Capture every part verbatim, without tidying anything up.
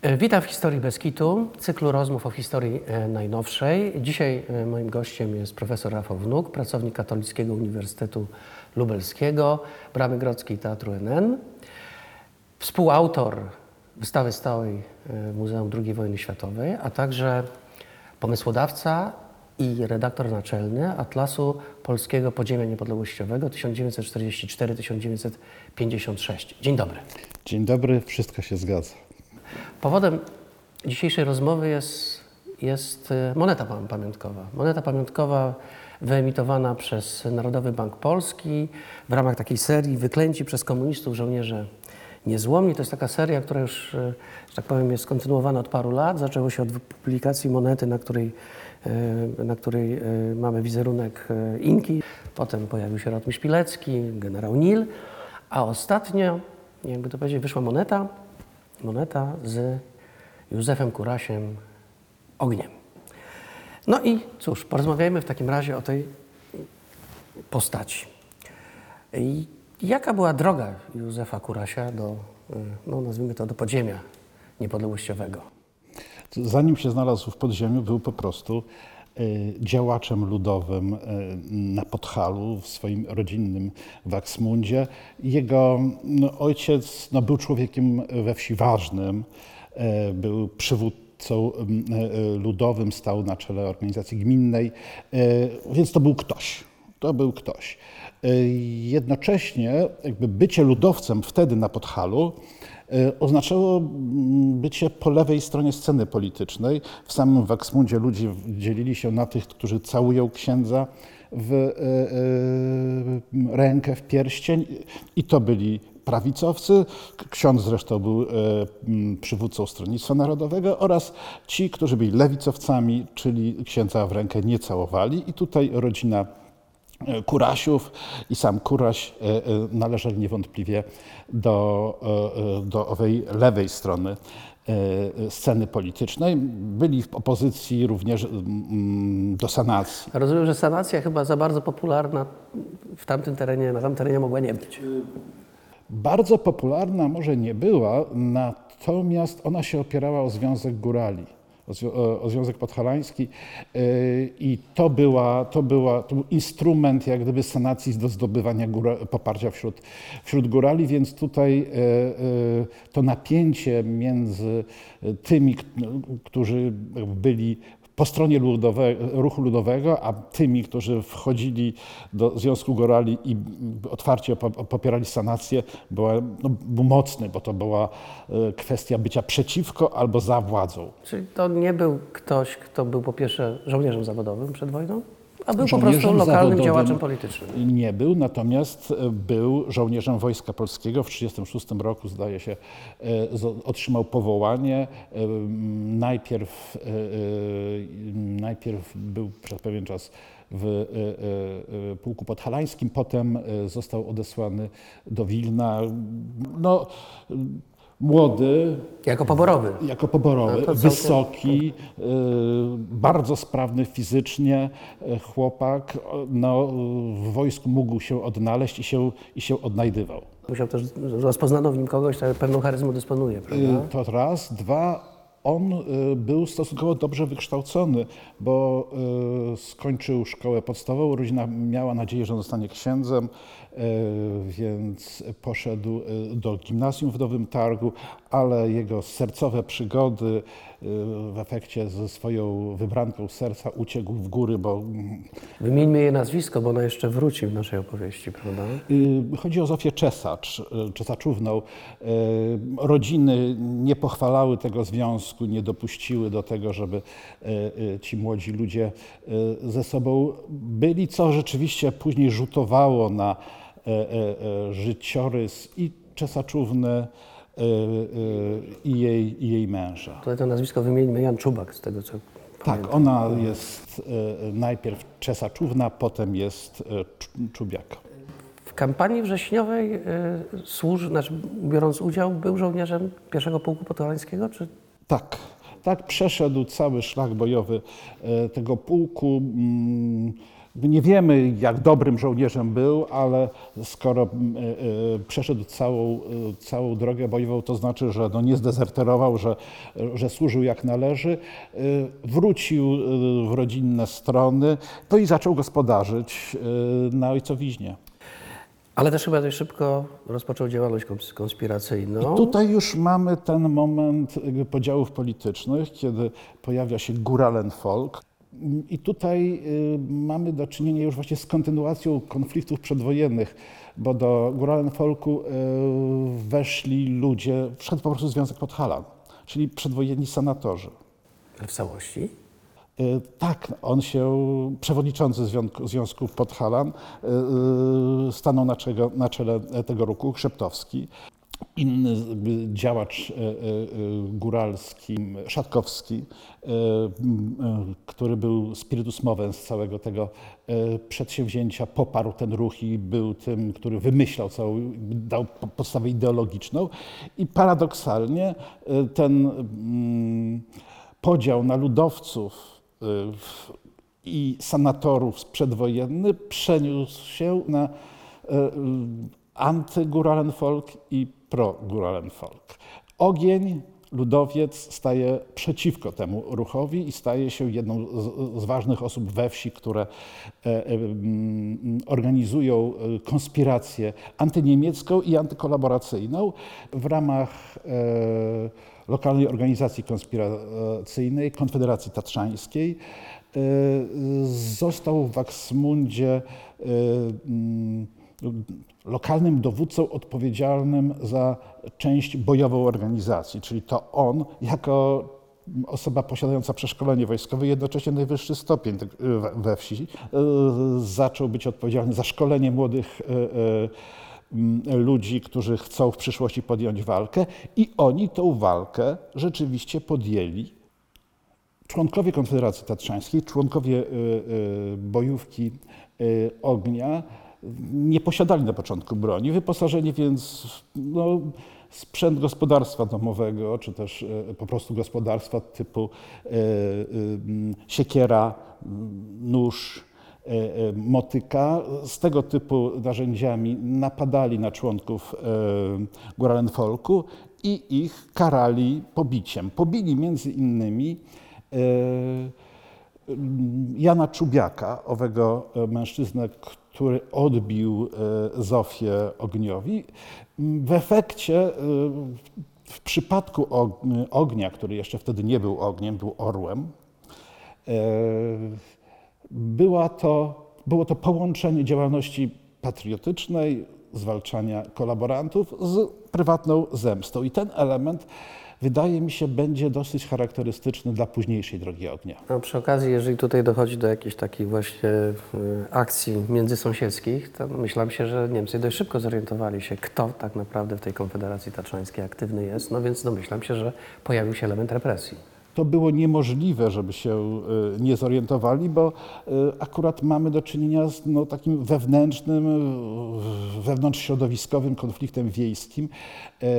Witam w Historii bez kitu, cyklu rozmów o historii najnowszej. Dzisiaj moim gościem jest profesor Rafał Wnuk, pracownik Katolickiego Uniwersytetu Lubelskiego, Bramy Grodzkiej Teatru N N, współautor wystawy stałej w Muzeum drugiej Wojny Światowej, a także pomysłodawca i redaktor naczelny Atlasu Polskiego Podziemia Niepodległościowego tysiąc dziewięćset czterdziesty czwarty do tysiąc dziewięćset pięćdziesiątego szóstego. Dzień dobry. Dzień dobry, wszystko się zgadza. Powodem dzisiejszej rozmowy jest, jest moneta pamiątkowa. Moneta pamiątkowa wyemitowana przez Narodowy Bank Polski w ramach takiej serii Wyklęci przez komunistów żołnierze niezłomni. To jest taka seria, która już, że tak powiem, jest kontynuowana od paru lat. Zaczęło się od publikacji monety, na której, na której mamy wizerunek Inki. Potem pojawił się Rotmistrz Pilecki, generał Nil, a ostatnio, jakby to powiedzieć, wyszła moneta, moneta z Józefem Kurasiem Ogniem. No i cóż, porozmawiajmy w takim razie o tej postaci. I jaka była droga Józefa Kurasia do, no nazwijmy to, do podziemia niepodległościowego? Zanim się znalazł w podziemiu, był po prostu y, działaczem ludowym y, na Podhalu, w swoim rodzinnym Waksmundzie. Jego no, ojciec no, był człowiekiem we wsi ważnym, y, był przywódcą y, ludowym, stał na czele organizacji gminnej, y, więc to był ktoś. To był ktoś. Jednocześnie jakby bycie ludowcem wtedy na Podhalu oznaczało bycie po lewej stronie sceny politycznej. W samym Waksmundzie ludzie dzielili się na tych, którzy całują księdza w rękę, w pierścień, i to byli prawicowcy. Ksiądz zresztą był przywódcą Stronnictwa Narodowego, oraz ci, którzy byli lewicowcami, czyli księdza w rękę nie całowali. I tutaj rodzina Kurasiów i sam Kuraś należeli niewątpliwie do, do owej lewej strony sceny politycznej. Byli w opozycji również do sanacji. Rozumiem, że sanacja chyba za bardzo popularna w tamtym terenie, na tamtym terenie mogła nie być. Bardzo popularna może nie była, natomiast ona się opierała o Związek Górali. O, o Związek Podhalański yy, i to, była, to, była, to był instrument jak gdyby sanacji do zdobywania góra, poparcia wśród, wśród górali, więc tutaj yy, yy, to napięcie między tymi, którzy byli po stronie ludowe, ruchu ludowego, a tymi, którzy wchodzili do Związku Górali i otwarcie popierali sanację, była, no, był mocny, bo to była kwestia bycia przeciwko albo za władzą. Czyli to nie był ktoś, kto był po pierwsze żołnierzem zawodowym przed wojną, a był Żołnierzem po prostu lokalnym zawodowym działaczem politycznym. Nie był, natomiast był żołnierzem Wojska Polskiego. W tysiąc dziewięćset trzydziestym szóstym roku, zdaje się, otrzymał powołanie. Najpierw, najpierw był przez pewien czas w pułku podhalańskim, potem został odesłany do Wilna. No, młody. Jako poborowy. Jako poborowy, no wysoki, y, bardzo sprawny fizycznie y, chłopak. No, w wojsku mógł się odnaleźć i się, i się odnajdywał. Musiał też, rozpoznano w nim kogoś, kto pewną charyzmą dysponuje, prawda? Y, to raz. Dwa, on y, był stosunkowo dobrze wykształcony, bo y, skończył szkołę podstawową. Rodzina miała nadzieję, że zostanie księdzem, y, więc poszedł y, do gimnazjum w Nowym Targu, ale jego sercowe przygody y, w efekcie ze swoją wybranką serca uciekł w góry, bo... Wymieńmy jej nazwisko, bo ona jeszcze wróci w naszej opowieści, prawda? Y, chodzi o Zofię Czesacz, Czesaczówną. Y, rodziny nie pochwalały tego związku, nie dopuściły do tego, żeby ci młodzi ludzie ze sobą byli, co rzeczywiście później rzutowało na życiorys i Czesaczówny, i jej, i jej męża. Tutaj to nazwisko wymieńmy, Jan Czubak, z tego co Tak, pamiętam. ona jest najpierw Czesaczówna, potem jest Czubiak. W kampanii wrześniowej y, służy, znaczy, biorąc udział, był żołnierzem pierwszego Pułku Podhalańskiego, czy? Tak, tak, przeszedł cały szlak bojowy tego pułku. Nie wiemy, jak dobrym żołnierzem był, ale skoro y, y, przeszedł całą, y, całą drogę bojową, to znaczy, że no nie zdezerterował, że, że służył jak należy. Y, wrócił y, w rodzinne strony, no i zaczął gospodarzyć y, na ojcowiźnie. Ale też chyba dość szybko rozpoczął działalność kons- konspiracyjną. Tutaj już mamy ten moment jakby podziałów politycznych, kiedy pojawia się Guralenvolk. I tutaj y, mamy do czynienia już właśnie z kontynuacją konfliktów przedwojennych, bo do Guralenvolku y, weszli ludzie, wszedł po prostu Związek Podhalan, czyli przedwojenni senatorzy. W całości? Y, Tak, on się, przewodniczący Związku, Związku Podhalan, y, y, stanął na, czego, na czele tego ruchu, Chrzeptowski. Inny jakby działacz y, y, góralski, Szatkowski, y, y, który był spiritus movens całego tego y, przedsięwzięcia, poparł ten ruch i był tym, który wymyślał całą, dał po- podstawę ideologiczną. I paradoksalnie y, ten mm, podział na ludowców y, w- i senatorów przedwojenny przeniósł się na y, y, anty-Guralenvolk i pro-Guralenvolk. Ogień, ludowiec staje przeciwko temu ruchowi i staje się jedną z, z ważnych osób we wsi, które e, e, mm, organizują e, konspirację antyniemiecką i antykolaboracyjną w ramach e, lokalnej organizacji konspiracyjnej Konfederacji Tatrzańskiej. E, Został w Waksmundzie e, mm, lokalnym dowódcą odpowiedzialnym za część bojową organizacji, czyli to on jako osoba posiadająca przeszkolenie wojskowe, jednocześnie najwyższy stopień tak, we- we wsi, y, zaczął być odpowiedzialny za szkolenie młodych y, y, y, ludzi, którzy chcą w przyszłości podjąć walkę i oni tą walkę rzeczywiście podjęli. Członkowie Konfederacji Tatrzańskiej, członkowie y, y, bojówki y, ognia nie posiadali na początku broni, wyposażeni więc no, sprzęt gospodarstwa domowego, czy też y, po prostu gospodarstwa typu y, y, siekiera, nóż, y, y, motyka. Z tego typu narzędziami napadali na członków y, Guralenvolku i ich karali pobiciem. Pobili między innymi y, Jana Czubiaka, owego mężczyznę, który odbił y, Zofię ogniowi. W efekcie, y, w przypadku og- ognia, który jeszcze wtedy nie był ogniem, był orłem, y, była to, było to połączenie działalności patriotycznej, zwalczania kolaborantów z prywatną zemstą. I ten element, wydaje mi się, będzie dosyć charakterystyczny dla późniejszej drogi ognia. A przy okazji, jeżeli tutaj dochodzi do jakichś takich właśnie y, akcji międzysąsiedzkich, to myślałem się, że Niemcy dość szybko zorientowali się, kto tak naprawdę w tej Konfederacji Tatrzańskiej aktywny jest, no więc domyślam się, że pojawił się element represji. To było niemożliwe, żeby się y, nie zorientowali, bo y, akurat mamy do czynienia z no, takim wewnętrznym, y, wewnątrzśrodowiskowym konfliktem wiejskim. Y,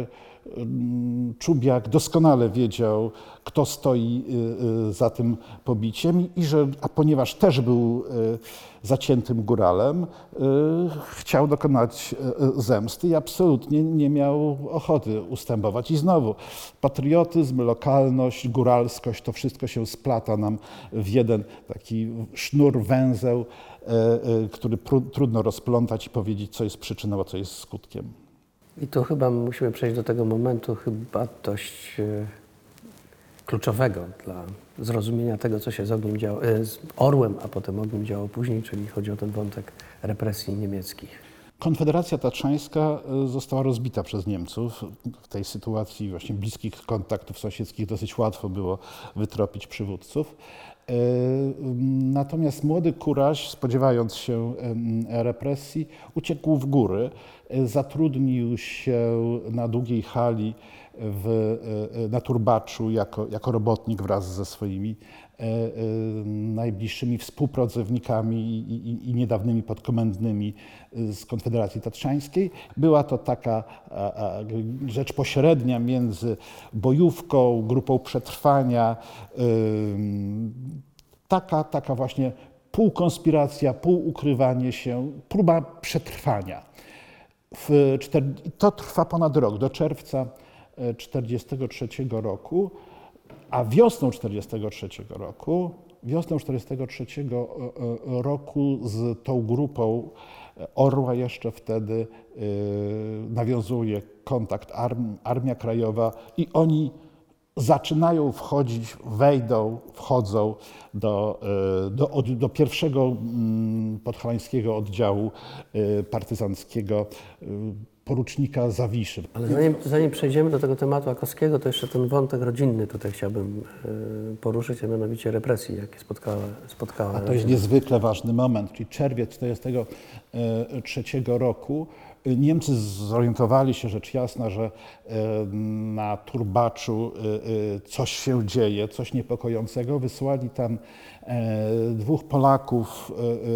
Czubiak doskonale wiedział, kto stoi y, y, za tym pobiciem i że, a ponieważ też był y, zaciętym góralem, y, chciał dokonać y, zemsty i absolutnie nie miał ochoty ustępować. I znowu patriotyzm, lokalność, góralskość, to wszystko się splata nam w jeden taki sznur, węzeł, y, y, który pró- trudno rozplątać i powiedzieć, co jest przyczyną, a co jest skutkiem. I tu chyba musimy przejść do tego momentu chyba dość e, kluczowego dla zrozumienia tego, co się z ogniem działo, e, z orłem, a potem ogniem działo później, czyli chodzi o ten wątek represji niemieckich. Konfederacja Tatrzańska y, została rozbita przez Niemców. W tej sytuacji właśnie bliskich kontaktów sąsiedzkich dosyć łatwo było wytropić przywódców. Y, Natomiast młody Kuraś, spodziewając się y, represji, uciekł w góry. Y, Zatrudnił się na Długiej Hali w, y, na Turbaczu jako, jako robotnik wraz ze swoimi y, y, najbliższymi współpracownikami i, i, i niedawnymi podkomendnymi z Konfederacji Tatrzańskiej. Była to taka a, a, rzecz pośrednia między bojówką, grupą przetrwania, y, taka, taka właśnie półkonspiracja, półukrywanie się, próba przetrwania. W czter... To trwa ponad rok, do czerwca tysiąc dziewięćset czterdziestego trzeciego roku, a wiosną tysiąc dziewięćset czterdziestego trzeciego roku, wiosną tysiąc dziewięćset czterdziestego trzeciego roku z tą grupą Orła jeszcze wtedy yy, nawiązuje kontakt arm, Armia Krajowa i oni zaczynają wchodzić, wejdą, wchodzą do, do, do pierwszego podhalańskiego oddziału partyzanckiego porucznika Zawiszy. Ale zanim, zanim przejdziemy do tego tematu Akowskiego, to jeszcze ten wątek rodzinny tutaj chciałbym poruszyć, a mianowicie represji, jakie spotkała, spotkała. A to jest niezwykle ważny moment, czyli czerwiec tysiąc dziewięćset czterdziestego trzeciego roku. Niemcy zorientowali się, rzecz jasna, że na Turbaczu coś się dzieje, coś niepokojącego. Wysłali tam dwóch Polaków,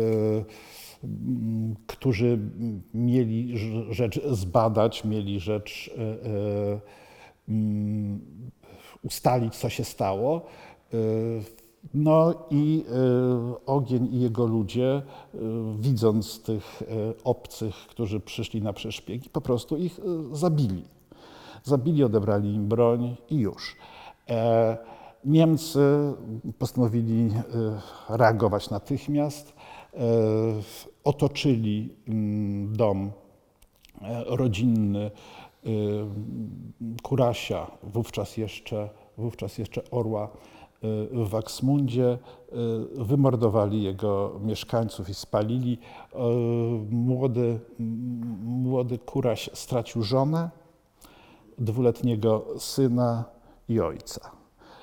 którzy mieli rzecz zbadać, mieli rzecz ustalić, co się stało. No i Ogień i jego ludzie, widząc tych obcych, którzy przyszli na przeszpiegi, po prostu ich zabili. Zabili, odebrali im broń i już. Niemcy postanowili reagować natychmiast. Otoczyli dom rodzinny Kurasia, wówczas jeszcze, wówczas jeszcze Orła w Waksmundzie, wymordowali jego mieszkańców i spalili. Młody, młody Kuraś stracił żonę, dwuletniego syna i ojca.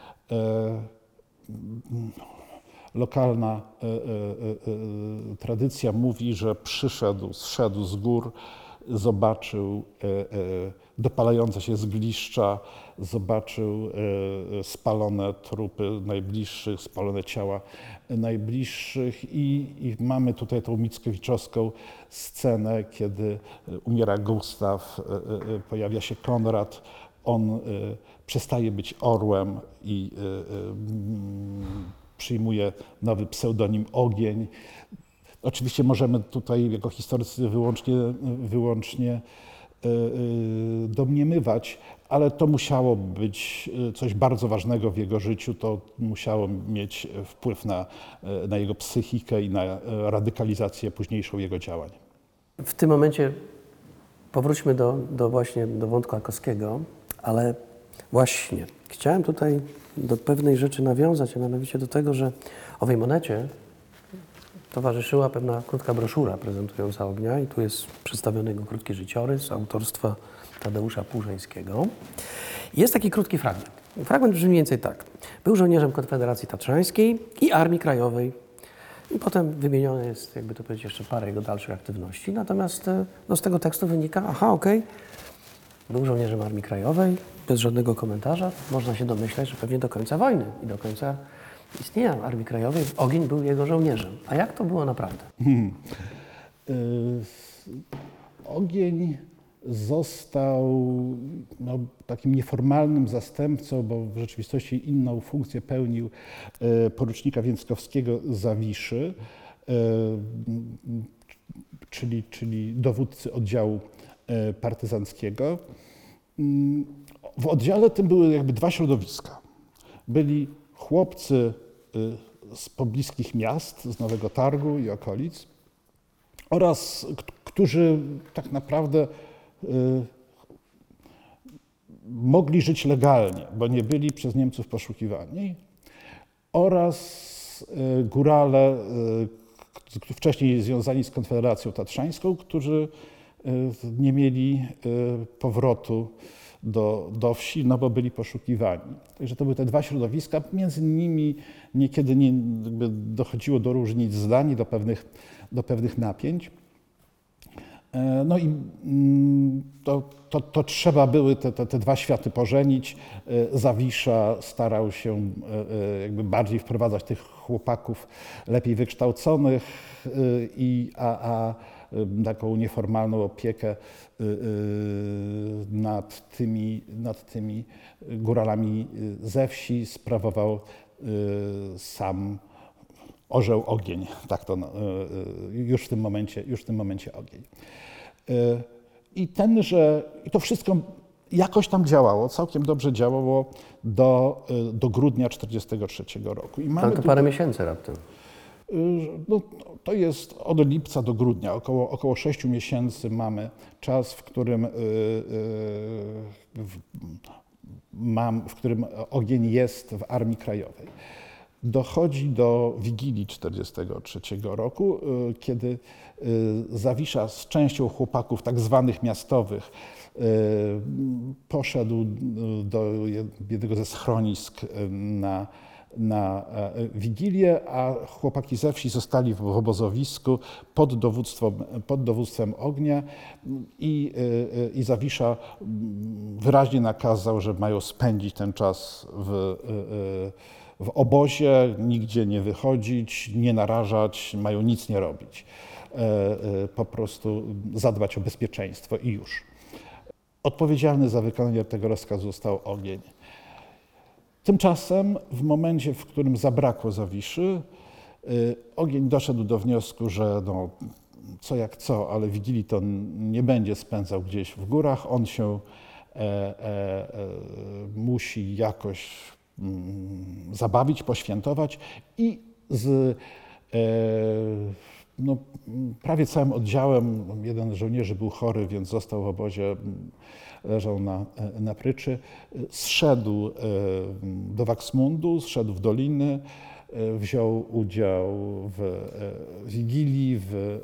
Lokalna e, e, e, tradycja mówi, że przyszedł, zszedł z gór, zobaczył e, e, dopalające się zgliszcza, zobaczył e, spalone trupy najbliższych, spalone ciała najbliższych i, i mamy tutaj tą mickiewiczowską scenę, kiedy umiera Gustaw, e, e, pojawia się Konrad, on e, przestaje być orłem i e, e, przyjmuje nowy pseudonim Ogień. Oczywiście możemy tutaj jako historycy wyłącznie, wyłącznie domniemywać, ale to musiało być coś bardzo ważnego w jego życiu, to musiało mieć wpływ na, na jego psychikę i na radykalizację późniejszą jego działań. W tym momencie powróćmy do, do właśnie do wątku Akowskiego, ale właśnie chciałem tutaj do pewnej rzeczy nawiązać, a mianowicie do tego, że owej monecie towarzyszyła pewna krótka broszura prezentująca Ognia i tu jest przedstawiony jego krótki życiorys autorstwa Tadeusza Płużeńskiego. Jest taki krótki fragment. Fragment brzmi mniej więcej tak. Był żołnierzem Konfederacji Tatrzańskiej i Armii Krajowej. I potem wymienione jest, jakby to powiedzieć, jeszcze parę jego dalszych aktywności. Natomiast no, z tego tekstu wynika, aha, okej, okay, był żołnierzem Armii Krajowej, bez żadnego komentarza. Można się domyśleć, że pewnie do końca wojny i do końca istnienia Armii Krajowej Ogień był jego żołnierzem. A jak to było naprawdę? Hmm. Y- Ogień został no, takim nieformalnym zastępcą, bo w rzeczywistości inną funkcję pełnił y, porucznika Więckowskiego Zawiszy, y, czyli, czyli dowódcy oddziału y, partyzanckiego. W oddziale tym były jakby dwa środowiska. Byli chłopcy z pobliskich miast, z Nowego Targu i okolic, oraz którzy tak naprawdę mogli żyć legalnie, bo nie byli przez Niemców poszukiwani, oraz górale wcześniej związani z Konfederacją Tatrzańską, którzy nie mieli powrotu do, do wsi, no bo byli poszukiwani. Także to były te dwa środowiska. Między nimi niekiedy nie, jakby dochodziło do różnic zdań, do pewnych, do pewnych napięć. No i to, to, to trzeba były te, te, te dwa światy pożenić. Zawisza starał się jakby bardziej wprowadzać tych chłopaków lepiej wykształconych, i, a, a taką nieformalną opiekę nad tymi, nad tymi góralami ze wsi sprawował sam orzeł ogień, tak to no, już w tym momencie, już w tym momencie ogień. I tenże, i to wszystko jakoś tam działało, całkiem dobrze działało do, do grudnia czterdziestego trzeciego roku. I mamy Ale to tu, parę miesięcy raptem. no, to jest od lipca do grudnia, około, około sześciu miesięcy mamy czas, w którym, yy, yy, w, mam, w którym ogień jest w Armii Krajowej. Dochodzi do Wigilii czterdziestego trzeciego roku, yy, kiedy yy, Zawisza z częścią chłopaków tak zwanych miastowych yy, poszedł do jednego ze schronisk na na Wigilię, a chłopaki ze wsi zostali w obozowisku pod dowództwem, pod dowództwem ognia i, i Zawisza wyraźnie nakazał, że mają spędzić ten czas w, w obozie, nigdzie nie wychodzić, nie narażać, mają nic nie robić. Po prostu zadbać o bezpieczeństwo i już. Odpowiedzialny za wykonanie tego rozkazu został ogień. Tymczasem w momencie, w którym zabrakło Zawiszy, ogień doszedł do wniosku, że no, co jak co, ale Wigilii to nie będzie spędzał gdzieś w górach, on się e, e, e, musi jakoś mm, zabawić, poświętować i z e, no, prawie całym oddziałem, jeden z żołnierzy był chory, więc został w obozie, leżał na, na pryczy, zszedł do Waksmundu, zszedł w doliny, wziął udział w wigilii, w,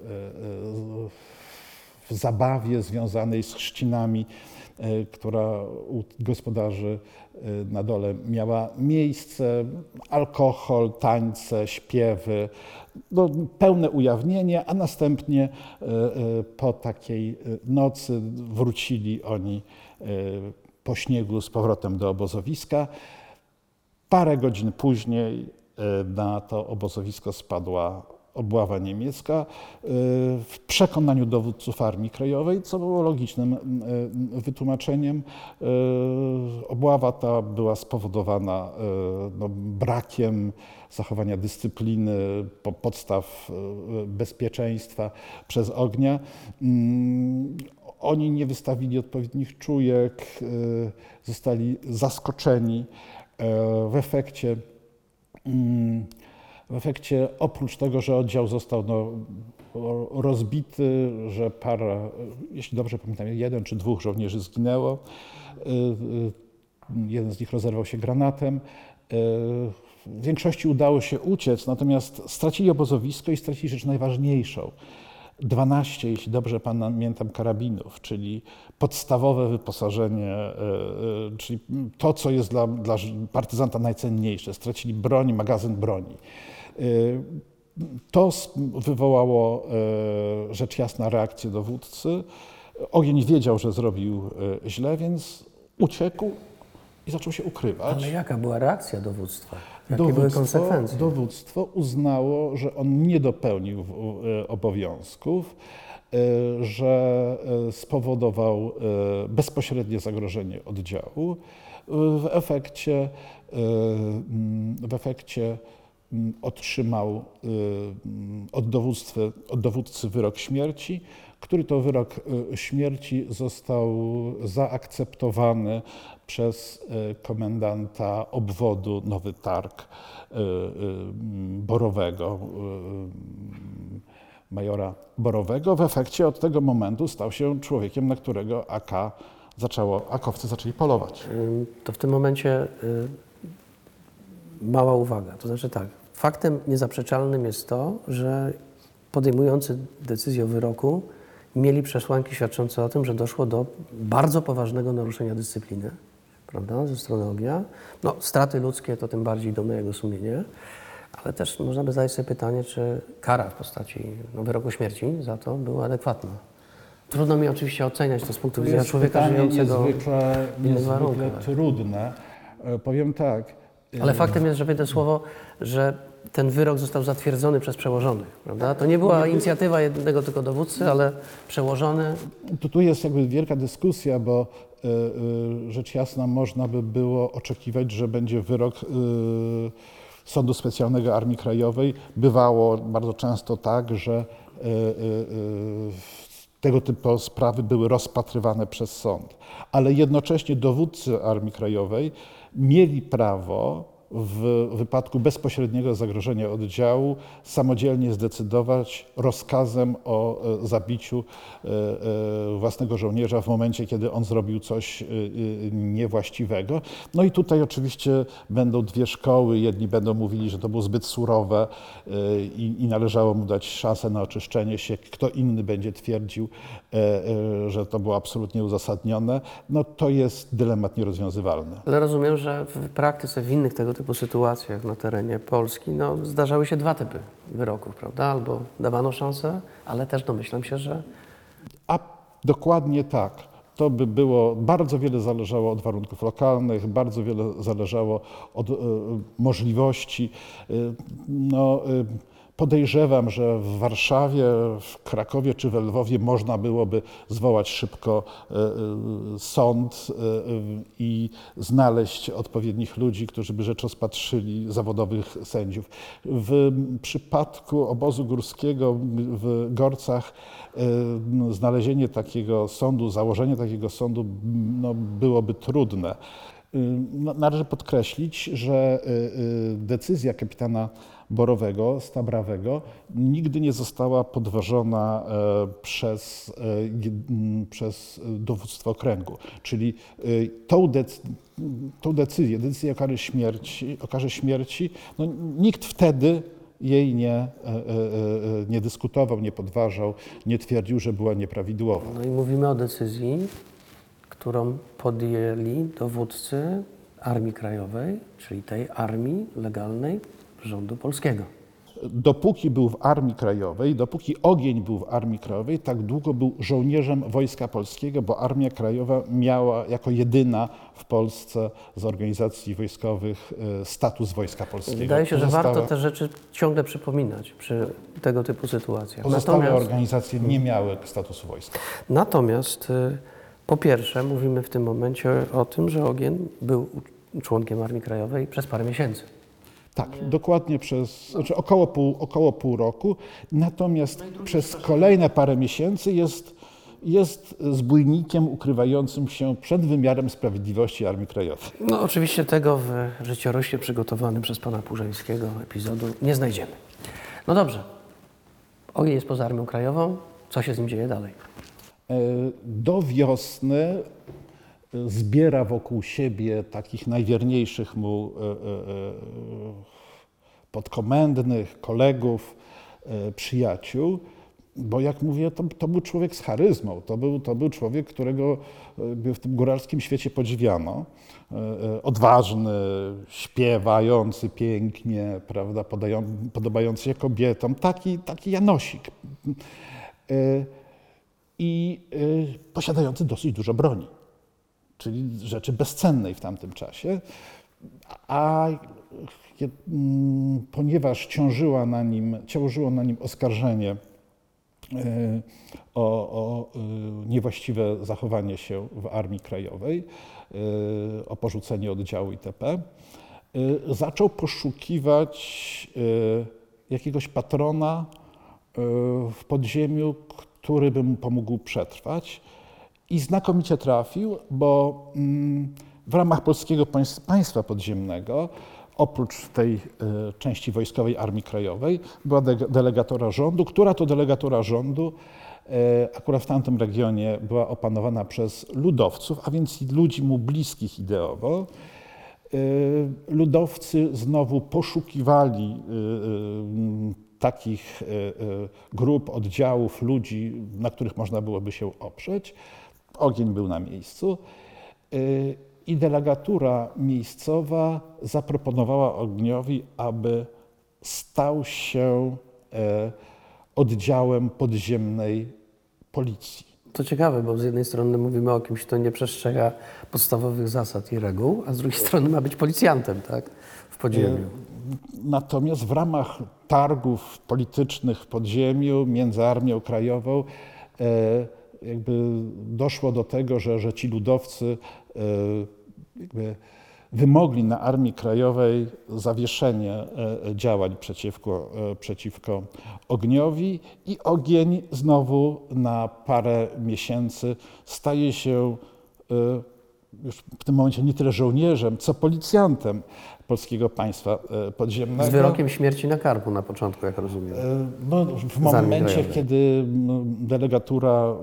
w zabawie związanej z chrzcinami, która u gospodarzy na dole miała miejsce, alkohol, tańce, śpiewy, no, pełne ujawnienie, a następnie po takiej nocy wrócili oni po śniegu z powrotem do obozowiska. Parę godzin później na to obozowisko spadła obława niemiecka w przekonaniu dowódców Armii Krajowej, co było logicznym wytłumaczeniem. Obława ta była spowodowana no, brakiem zachowania dyscypliny, podstaw bezpieczeństwa przez ognia. Oni nie wystawili odpowiednich czujek, zostali zaskoczeni. W efekcie W efekcie, oprócz tego, że oddział został no, rozbity, że para, jeśli dobrze pamiętam, jeden czy dwóch żołnierzy zginęło, jeden z nich rozerwał się granatem. W większości udało się uciec, natomiast stracili obozowisko i stracili rzecz najważniejszą. dwanaście, jeśli dobrze pamiętam, karabinów, czyli podstawowe wyposażenie, czyli to, co jest dla, dla partyzanta najcenniejsze. Stracili broń, magazyn broni. To wywołało rzecz jasna reakcję dowódcy. Ogień wiedział, że zrobił źle, więc uciekł i zaczął się ukrywać. Ale jaka była reakcja dowództwa? Jakie były konsekwencje? Dowództwo uznało, że on nie dopełnił obowiązków, że spowodował bezpośrednie zagrożenie oddziału. W efekcie, w efekcie otrzymał od, od dowódcy wyrok śmierci, który to wyrok śmierci został zaakceptowany przez komendanta obwodu Nowy Targ Borowego, majora Borowego. W efekcie od tego momentu stał się człowiekiem, na którego A K zaczęło, akowcy zaczęli polować. To w tym momencie mała uwaga, to znaczy tak, faktem niezaprzeczalnym jest to, że podejmujący decyzję o wyroku mieli przesłanki świadczące o tym, że doszło do bardzo poważnego naruszenia dyscypliny, prawda, ze strony ognia. No, straty ludzkie to tym bardziej do mojego sumienia, ale też można by zadać sobie pytanie, czy kara w postaci no, wyroku śmierci za to była adekwatna. Trudno mi oczywiście oceniać to z punktu widzenia człowieka żyjącego niezwykle, w innych niezwykle warunkach. trudne. Powiem tak. Ale faktem jest, że wejdę słowo, że ten wyrok został zatwierdzony przez przełożonych, prawda? To nie była inicjatywa jednego tylko dowódcy, ale przełożony. Tu, tu jest jakby wielka dyskusja, bo y, y, rzecz jasna można by było oczekiwać, że będzie wyrok y, Sądu Specjalnego Armii Krajowej bywało bardzo często tak, że e, e, e, tego typu sprawy były rozpatrywane przez sąd, ale jednocześnie dowódcy Armii Krajowej mieli prawo w wypadku bezpośredniego zagrożenia oddziału samodzielnie zdecydować rozkazem o e, zabiciu e, e, własnego żołnierza w momencie, kiedy on zrobił coś e, e, niewłaściwego. No i tutaj oczywiście będą dwie szkoły. Jedni będą mówili, że to było zbyt surowe e, i, i należało mu dać szansę na oczyszczenie się. Kto inny będzie twierdził, e, e, że to było absolutnie uzasadnione. No to jest dylemat nierozwiązywalny. Ale rozumiem, że w praktyce, w innych tego typu sytuacjach na terenie Polski, no, zdarzały się dwa typy wyroków, prawda? Albo dawano szansę, ale też domyślam się, że... A dokładnie tak. To by było, bardzo wiele zależało od warunków lokalnych, bardzo wiele zależało od e, możliwości. E, no, e, podejrzewam, że w Warszawie, w Krakowie czy w Lwowie można byłoby zwołać szybko e, e, sąd e, i znaleźć odpowiednich ludzi, którzy by rzecz rozpatrzyli, zawodowych sędziów. W przypadku obozu górskiego w Gorcach e, znalezienie takiego sądu, założenie takiego sądu no, byłoby trudne. No, należy podkreślić, że decyzja kapitana Borowego, Stabrawego, nigdy nie została podważona przez, przez dowództwo okręgu. Czyli tą, dec tą decyzję, decyzję o karze śmierci, o karze śmierci no, nikt wtedy jej nie, nie dyskutował, nie podważał, nie twierdził, że była nieprawidłowa. No i mówimy o decyzji, którą podjęli dowódcy Armii Krajowej, czyli tej armii legalnej rządu polskiego. Dopóki był w Armii Krajowej, dopóki Ogień był w Armii Krajowej, tak długo był żołnierzem Wojska Polskiego, bo Armia Krajowa miała jako jedyna w Polsce z organizacji wojskowych status Wojska Polskiego. Wydaje się, że Pozostałe, warto te rzeczy ciągle przypominać przy tego typu sytuacjach. Pozostałe Natomiast, organizacje nie miały statusu wojska. natomiast y, po pierwsze mówimy w tym momencie o tym, że Ogień był członkiem Armii Krajowej przez parę miesięcy. Tak, dokładnie przez znaczy około, pół, około pół roku, natomiast przez kolejne parę miesięcy jest, jest zbójnikiem ukrywającym się przed wymiarem sprawiedliwości Armii Krajowej. No oczywiście tego w życiorośnie przygotowanym przez pana Purzyńskiego epizodu nie znajdziemy. No dobrze, Ogień jest poza Armią Krajową, co się z nim dzieje dalej? Do wiosny zbiera wokół siebie takich najwierniejszych mu podkomendnych, kolegów, przyjaciół, bo jak mówię, to, to był człowiek z charyzmą, to był, to był człowiek, którego w tym góralskim świecie podziwiano. Odważny, śpiewający pięknie, prawda, podają, podobający się kobietom, taki, taki Janosik. I posiadający dosyć dużo broni, czyli rzeczy bezcennej w tamtym czasie, a ponieważ ciążyła na nim, ciążyło na nim oskarżenie o, o niewłaściwe zachowanie się w Armii Krajowej, o porzucenie oddziału itp., zaczął poszukiwać jakiegoś patrona w podziemiu, który by mu pomógł przetrwać. I znakomicie trafił, bo w ramach polskiego państwa podziemnego, oprócz tej części wojskowej Armii Krajowej, była delegatura rządu, która to delegatura rządu akurat w tamtym regionie była opanowana przez ludowców, a więc ludzi mu bliskich ideowo. Ludowcy znowu poszukiwali takich grup, oddziałów, ludzi, na których można byłoby się oprzeć. Ogień był na miejscu i delegatura miejscowa zaproponowała Ogniowi, aby stał się oddziałem podziemnej policji. To ciekawe, bo z jednej strony mówimy o kimś, kto nie przestrzega podstawowych zasad i reguł, a z drugiej strony ma być policjantem, tak, w podziemiu. Natomiast w ramach targów politycznych w podziemiu między Armią Krajową jakby doszło do tego, że, że ci ludowcy jakby wymogli na Armii Krajowej zawieszenie e, działań przeciwko, e, przeciwko ogniowi i ogień znowu na parę miesięcy staje się e, już w tym momencie nie tyle żołnierzem, co policjantem polskiego państwa e, podziemnego. Z wyrokiem śmierci na karku na początku, jak rozumiem. E, No, w Z Armii momencie, Krajowej. kiedy m, delegatura e,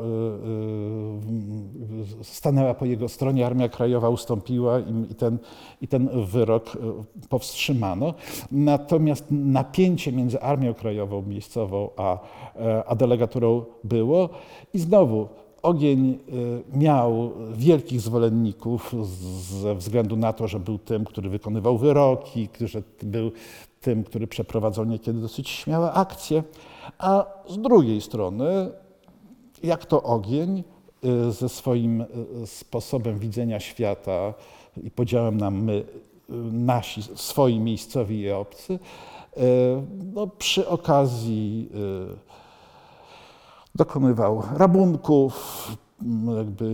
e, stanęła po jego stronie, Armia Krajowa ustąpiła i, i, ten, i ten wyrok e, powstrzymano. Natomiast napięcie między Armią Krajową miejscową a, e, a delegaturą było i znowu ogień e, miał wielkich zwolenników ze względu na to, że był tym, który wykonywał wyroki, że był tym, który przeprowadzał niekiedy dosyć śmiałe akcje, a z drugiej strony, jak to ogień y, ze swoim y, sposobem widzenia świata i podziałem na my, y, nasi, swoi, miejscowi i obcy, y, no, przy okazji y, dokonywał rabunków, m, jakby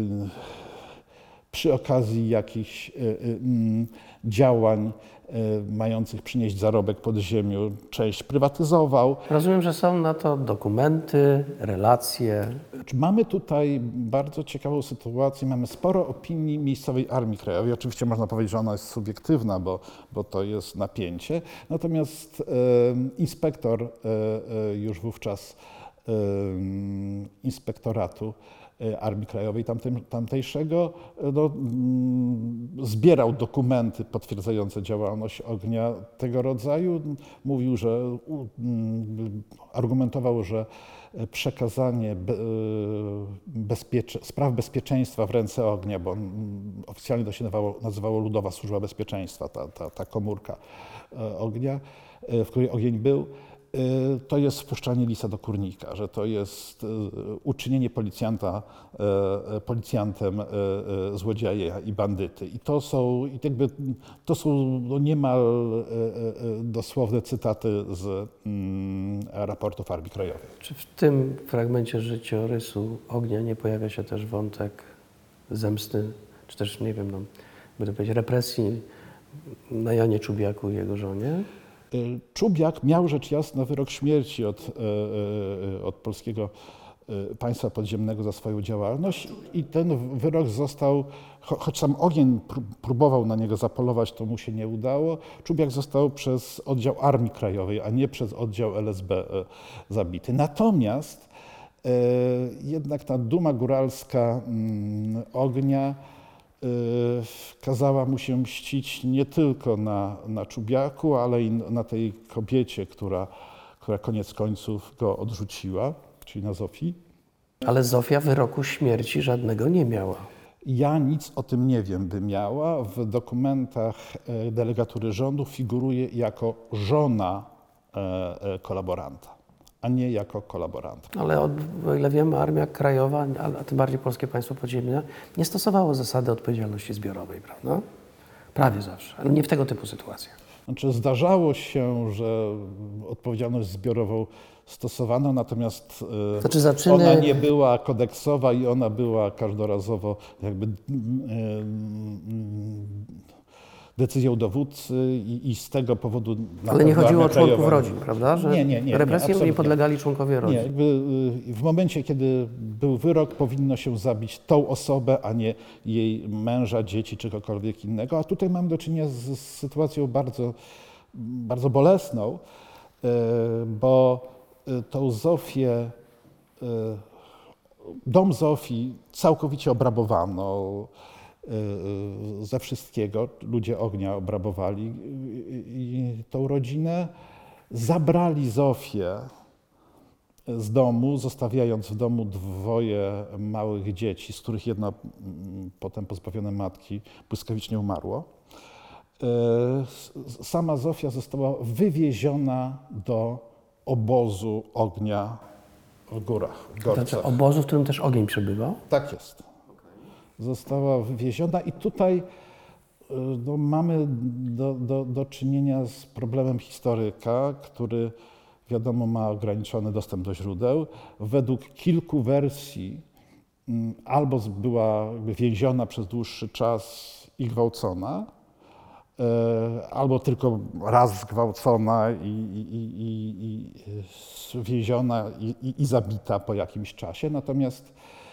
przy okazji jakichś y, y, m, działań y, mających przynieść zarobek podziemiu, część prywatyzował. Rozumiem, że są na to dokumenty, relacje. Mamy tutaj bardzo ciekawą sytuację, mamy sporo opinii miejscowej Armii Krajowej. Oczywiście można powiedzieć, że ona jest subiektywna, bo, bo to jest napięcie. Natomiast y, inspektor y, y, już wówczas y, inspektoratu Armii Krajowej tamtym, tamtejszego no, mm, zbierał dokumenty potwierdzające działalność ognia tego rodzaju. Mówił, że mm, argumentował, że przekazanie be, bezpiecze, spraw bezpieczeństwa w ręce ognia, bo oficjalnie to się nazywało, nazywało Ludowa Służba Bezpieczeństwa, ta, ta, ta komórka ognia, w której ogień był, to jest wpuszczanie lisa do kurnika, że to jest uczynienie policjanta policjantem złodzieja i bandyty. I to są, i jakby, to są no niemal dosłowne cytaty z mm, raportów Armii Krajowej. Czy w tym fragmencie życiorysu ognia nie pojawia się też wątek zemsty, czy też, nie wiem, no, będę powiedzieć, represji na Janie Czubiaku i jego żonie? Czubiak miał rzecz jasna wyrok śmierci od, od polskiego państwa podziemnego za swoją działalność i ten wyrok został, cho, choć sam ogień próbował na niego zapolować, to mu się nie udało, Czubiak został przez oddział Armii Krajowej, a nie przez oddział L S B zabity. Natomiast e, jednak ta duma góralska mm, ognia kazała mu się mścić nie tylko na, na Czubiaku, ale i na tej kobiecie, która, która koniec końców go odrzuciła, czyli na Zofii. Ale Zofia wyroku śmierci żadnego nie miała. Ja nic o tym nie wiem, by miała. W dokumentach delegatury rządu figuruje jako żona kolaboranta, a nie jako kolaborant. Ale od, o ile wiemy, Armia Krajowa, a tym bardziej Polskie Państwo Podziemne, nie stosowało zasady odpowiedzialności zbiorowej, prawda? Prawie zawsze, ale nie w tego typu sytuacjach. Znaczy zdarzało się, że odpowiedzialność zbiorową stosowano, natomiast Znaczy zaczyny... ona nie była kodeksowa i ona była każdorazowo jakby decyzją dowódcy i, i z tego powodu... Ale nie chodziło o członków krajowa... rodzin, prawda? Że nie, nie, nie. represje nie, nie podlegali członkowie rodzin. Nie, jakby w momencie, kiedy był wyrok, powinno się zabić tą osobę, a nie jej męża, dzieci czy kogokolwiek innego. A tutaj mamy do czynienia z, z sytuacją bardzo, bardzo bolesną, bo tą Zofię, dom Zofii całkowicie obrabowano. Ze wszystkiego. Ludzie ognia obrabowali i tą rodzinę. Zabrali Zofię z domu, zostawiając w domu dwoje małych dzieci, z których jedna potem pozbawione matki błyskawicznie umarło. Sama Zofia została wywieziona do obozu ognia w górach, w Gorcach. Znaczy obozu, w którym też ogień przebywał? Tak jest. Została wywieziona i tutaj no, mamy do, do, do czynienia z problemem historyka, który wiadomo ma ograniczony dostęp do źródeł. Według kilku wersji albo była więziona przez dłuższy czas i gwałcona, albo tylko raz zgwałcona i, i, i, i więziona i, i, i zabita po jakimś czasie. Natomiast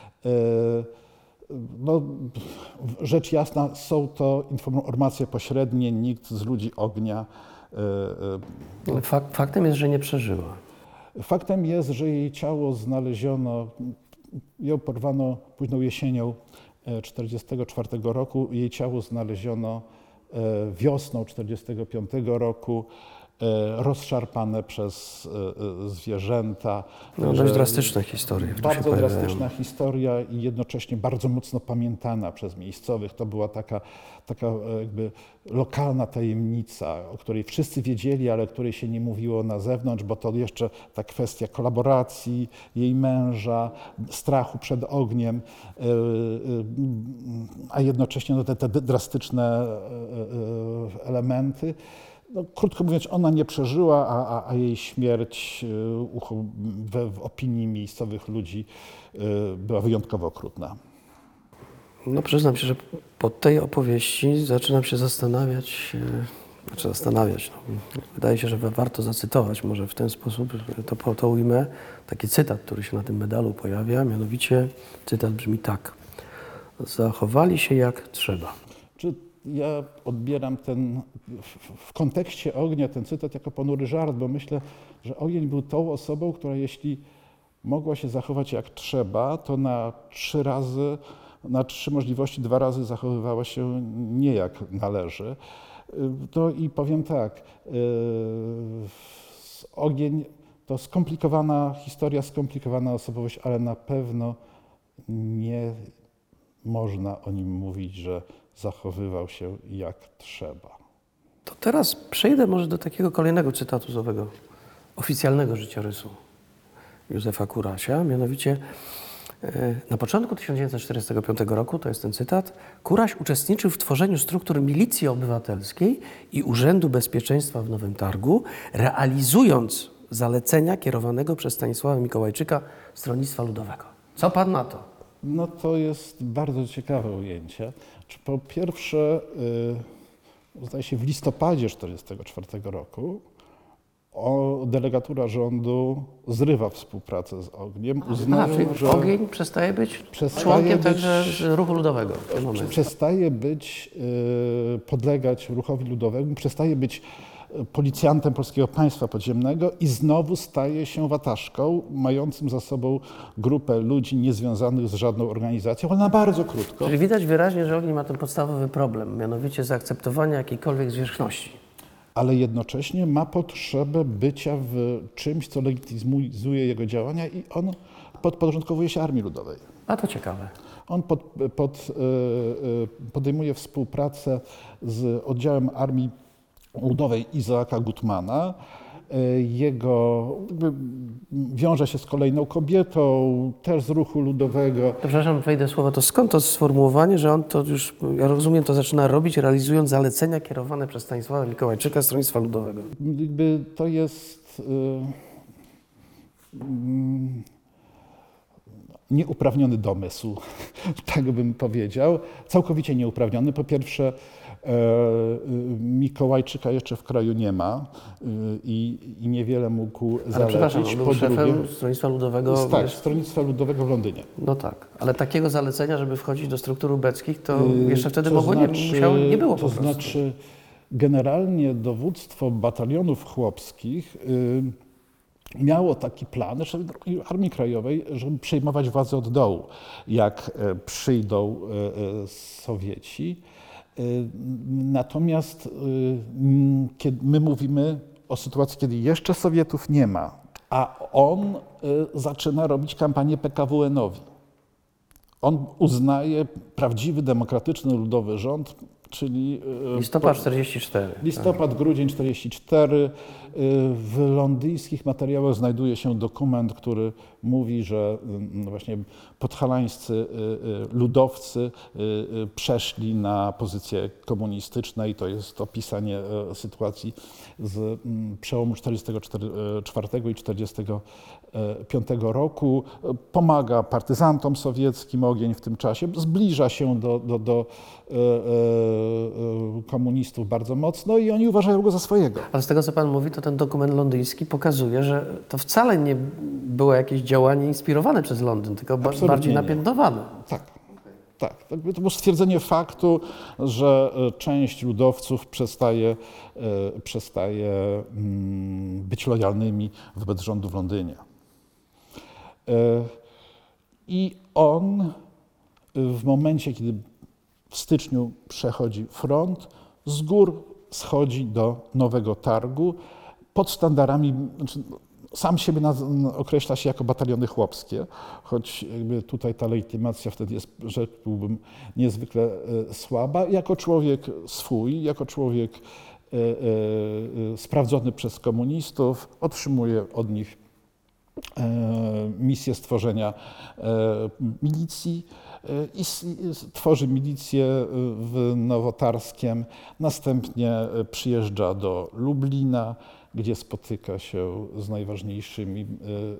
no, rzecz jasna, są to informacje pośrednie, nikt z ludzi ognia. Ale fak, faktem jest, że nie przeżyła. Faktem jest, że jej ciało znaleziono, ją porwano późną jesienią tysiąc dziewięćset czterdziestego czwartego roku, jej ciało znaleziono wiosną tysiąc dziewięćset czterdziestego piątego roku, rozszarpane przez zwierzęta. No, dość drastyczne historie. Bardzo drastyczna historia i jednocześnie bardzo mocno pamiętana przez miejscowych. To była taka, taka jakby lokalna tajemnica, o której wszyscy wiedzieli, ale o której się nie mówiło na zewnątrz, bo to jeszcze ta kwestia kolaboracji jej męża, strachu przed ogniem, a jednocześnie no, te, te drastyczne elementy. No, krótko mówiąc, ona nie przeżyła, a, a, a jej śmierć w, w opinii miejscowych ludzi była wyjątkowo okrutna. No przyznam się, że po tej opowieści zaczynam się zastanawiać, znaczy zastanawiać, no, wydaje się, że warto zacytować, może w ten sposób to, to ujmę, taki cytat, który się na tym medalu pojawia, mianowicie cytat brzmi tak: zachowali się jak trzeba. Czy ja odbieram ten, w, w kontekście Ognia ten cytat jako ponury żart, bo myślę, że Ogień był tą osobą, która jeśli mogła się zachować jak trzeba, to na trzy razy, na trzy możliwości dwa razy zachowywała się nie jak należy. No i powiem tak, Ogień to skomplikowana historia, skomplikowana osobowość, ale na pewno nie można o nim mówić, że zachowywał się jak trzeba. To teraz przejdę może do takiego kolejnego cytatu z owego oficjalnego życiorysu Józefa Kurasia, mianowicie na początku tysiąc dziewięćset czterdziestego piątego roku, to jest ten cytat, Kuraś uczestniczył w tworzeniu struktur Milicji Obywatelskiej i Urzędu Bezpieczeństwa w Nowym Targu, realizując zalecenia kierowanego przez Stanisława Mikołajczyka Stronnictwa Ludowego. Co pan na to? No to jest bardzo ciekawe ujęcie. Po pierwsze, yy, zdaje się w listopadzie tysiąc dziewięćset czterdziestego czwartego roku o, delegatura rządu zrywa współpracę z Ogniem. Uznają, czyli że Ogień przestaje być przestaje członkiem być, także ruchu ludowego w tym momencie. Przestaje być, yy, podlegać ruchowi ludowemu, przestaje być policjantem Polskiego Państwa Podziemnego i znowu staje się wataszką, mającym za sobą grupę ludzi niezwiązanych z żadną organizacją, ale na bardzo krótko. Czyli widać wyraźnie, że Ogień ma ten podstawowy problem, mianowicie zaakceptowania jakiejkolwiek zwierzchności. Ale jednocześnie ma potrzebę bycia w czymś, co legitymizuje jego działania i on podporządkowuje się Armii Ludowej. A to ciekawe. On pod, pod, podejmuje współpracę z oddziałem Armii Ludowej Izaaka Gutmana. Jego wiąże się z kolejną kobietą, też z ruchu ludowego. To, przepraszam, wejdę w słowo, to skąd to sformułowanie, że on to już, ja rozumiem, to zaczyna robić, realizując zalecenia kierowane przez Stanisława Mikołajczyka Stronnictwa Ludowego? Jakby to jest yy, nieuprawniony domysł, tak bym powiedział. Całkowicie nieuprawniony. Po pierwsze, Mikołajczyka jeszcze w kraju nie ma i, i niewiele mógł ale zalecić. Przepraszam, on był po szefem drugie, Stronnictwa Ludowego. Tak, wiesz, Stronnictwa Ludowego w Londynie. No tak, ale takiego zalecenia, żeby wchodzić do struktur ubeckich, to jeszcze wtedy to mogło, znaczy, nie, musiało, nie było to po prostu. znaczy, generalnie dowództwo batalionów chłopskich y, miało taki plan, że Armii Krajowej, żeby przejmować władzę od dołu, jak y, przyjdą y, y, Sowieci. Natomiast kiedy my mówimy o sytuacji, kiedy jeszcze Sowietów nie ma, a on zaczyna robić kampanię P K W N-owi. On uznaje prawdziwy, demokratyczny, ludowy rząd, czyli... Listopad czterdziesty czwarty. Listopad, grudzień czterdziesty czwarty. W londyńskich materiałach znajduje się dokument, który mówi, że właśnie podhalańscy ludowcy przeszli na pozycje komunistyczne i to jest opisanie sytuacji z przełomu czterdziestego czwartego i czterdziestego piątego roku. Pomaga partyzantom sowieckim Ogień w tym czasie, zbliża się do, do, do y, komunistów bardzo mocno i oni uważają go za swojego. Ale z tego, co pan mówi, to ten dokument londyński pokazuje, że to wcale nie było jakieś działanie inspirowane przez Londyn, tylko ba- Absolutnie bardziej nie. napiętnowane. Tak, tak. To było stwierdzenie faktu, że y, część ludowców przestaje, y, przestaje mm, być lojalnymi wobec rządu w Londynie. Y, I on w momencie, kiedy w styczniu przechodzi front, z gór schodzi do Nowego Targu pod sztandarami, znaczy sam siebie naz- określa się jako bataliony chłopskie, choć jakby tutaj ta legitymacja wtedy jest, rzekłbym, niezwykle e, słaba. Jako człowiek swój, jako człowiek e, e, sprawdzony przez komunistów, otrzymuje od nich e, misję stworzenia e, milicji. I s- i s- tworzy milicję w Nowotarskiem, następnie przyjeżdża do Lublina, gdzie spotyka się z najważniejszymi y,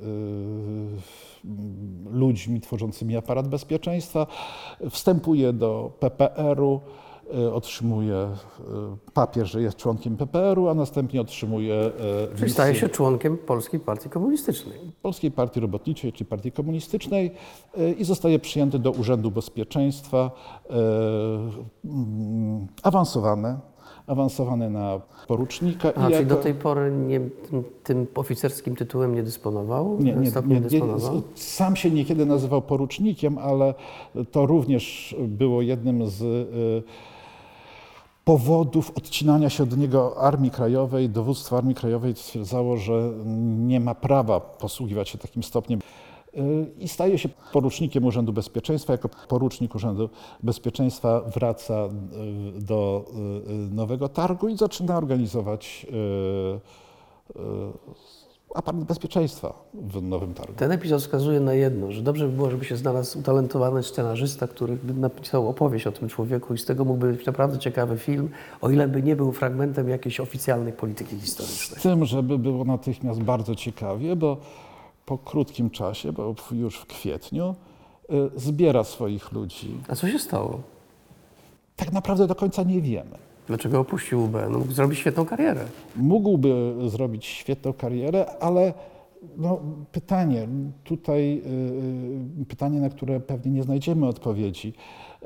y, ludźmi tworzącymi aparat bezpieczeństwa, wstępuje do P P R-u, y, otrzymuje y, papier, że jest członkiem P P R-u, a następnie otrzymuje y, Czyli staje misję się członkiem Polskiej Partii Komunistycznej. Polskiej Partii Robotniczej, czy Partii Komunistycznej y, i zostaje przyjęty do Urzędu Bezpieczeństwa, y, mm, awansowany, awansowany na porucznika. A, czyli jako- do tej pory nie, tym, tym oficerskim tytułem nie dysponował? nie, nie, Stopniem nie, nie, dysponował? sam się niekiedy nazywał porucznikiem, ale to również było jednym z y, powodów odcinania się od niego Armii Krajowej. Dowództwo Armii Krajowej stwierdzało, że nie ma prawa posługiwać się takim stopniem y, i staje się porucznikiem Urzędu Bezpieczeństwa. Jako porucznik Urzędu Bezpieczeństwa wraca y, do y, Nowego Targu i zaczyna organizować y, y, aparat bezpieczeństwa w Nowym Targu. Ten epizod wskazuje na jedno, że dobrze by było, żeby się znalazł utalentowany scenarzysta, który by napisał opowieść o tym człowieku i z tego mógłby być naprawdę ciekawy film, o ile by nie był fragmentem jakiejś oficjalnej polityki historycznej. Z tym, żeby było natychmiast bardzo ciekawie, bo po krótkim czasie, bo już w kwietniu, y, zbiera swoich ludzi. A co się stało? Tak naprawdę do końca nie wiemy. Dlaczego opuścił U B? No, mógł zrobić świetną karierę. Mógłby zrobić świetną karierę, ale no, pytanie, tutaj y, pytanie, na które pewnie nie znajdziemy odpowiedzi. Y,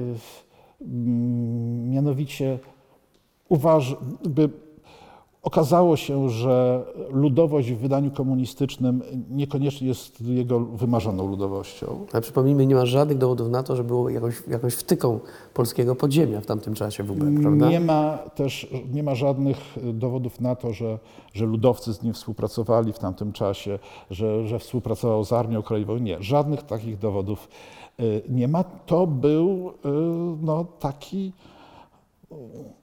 mm, mianowicie uważ, by okazało się, że ludowość w wydaniu komunistycznym niekoniecznie jest jego wymarzoną ludowością. Ale przypomnijmy, nie ma żadnych dowodów na to, że było jakąś, jakąś wtyką polskiego podziemia w tamtym czasie w U B, prawda? Nie ma też nie ma żadnych dowodów na to, że, że ludowcy z nim współpracowali w tamtym czasie, że, że współpracował z Armią Krajową. Nie, żadnych takich dowodów y, nie ma. To był y, no, taki y,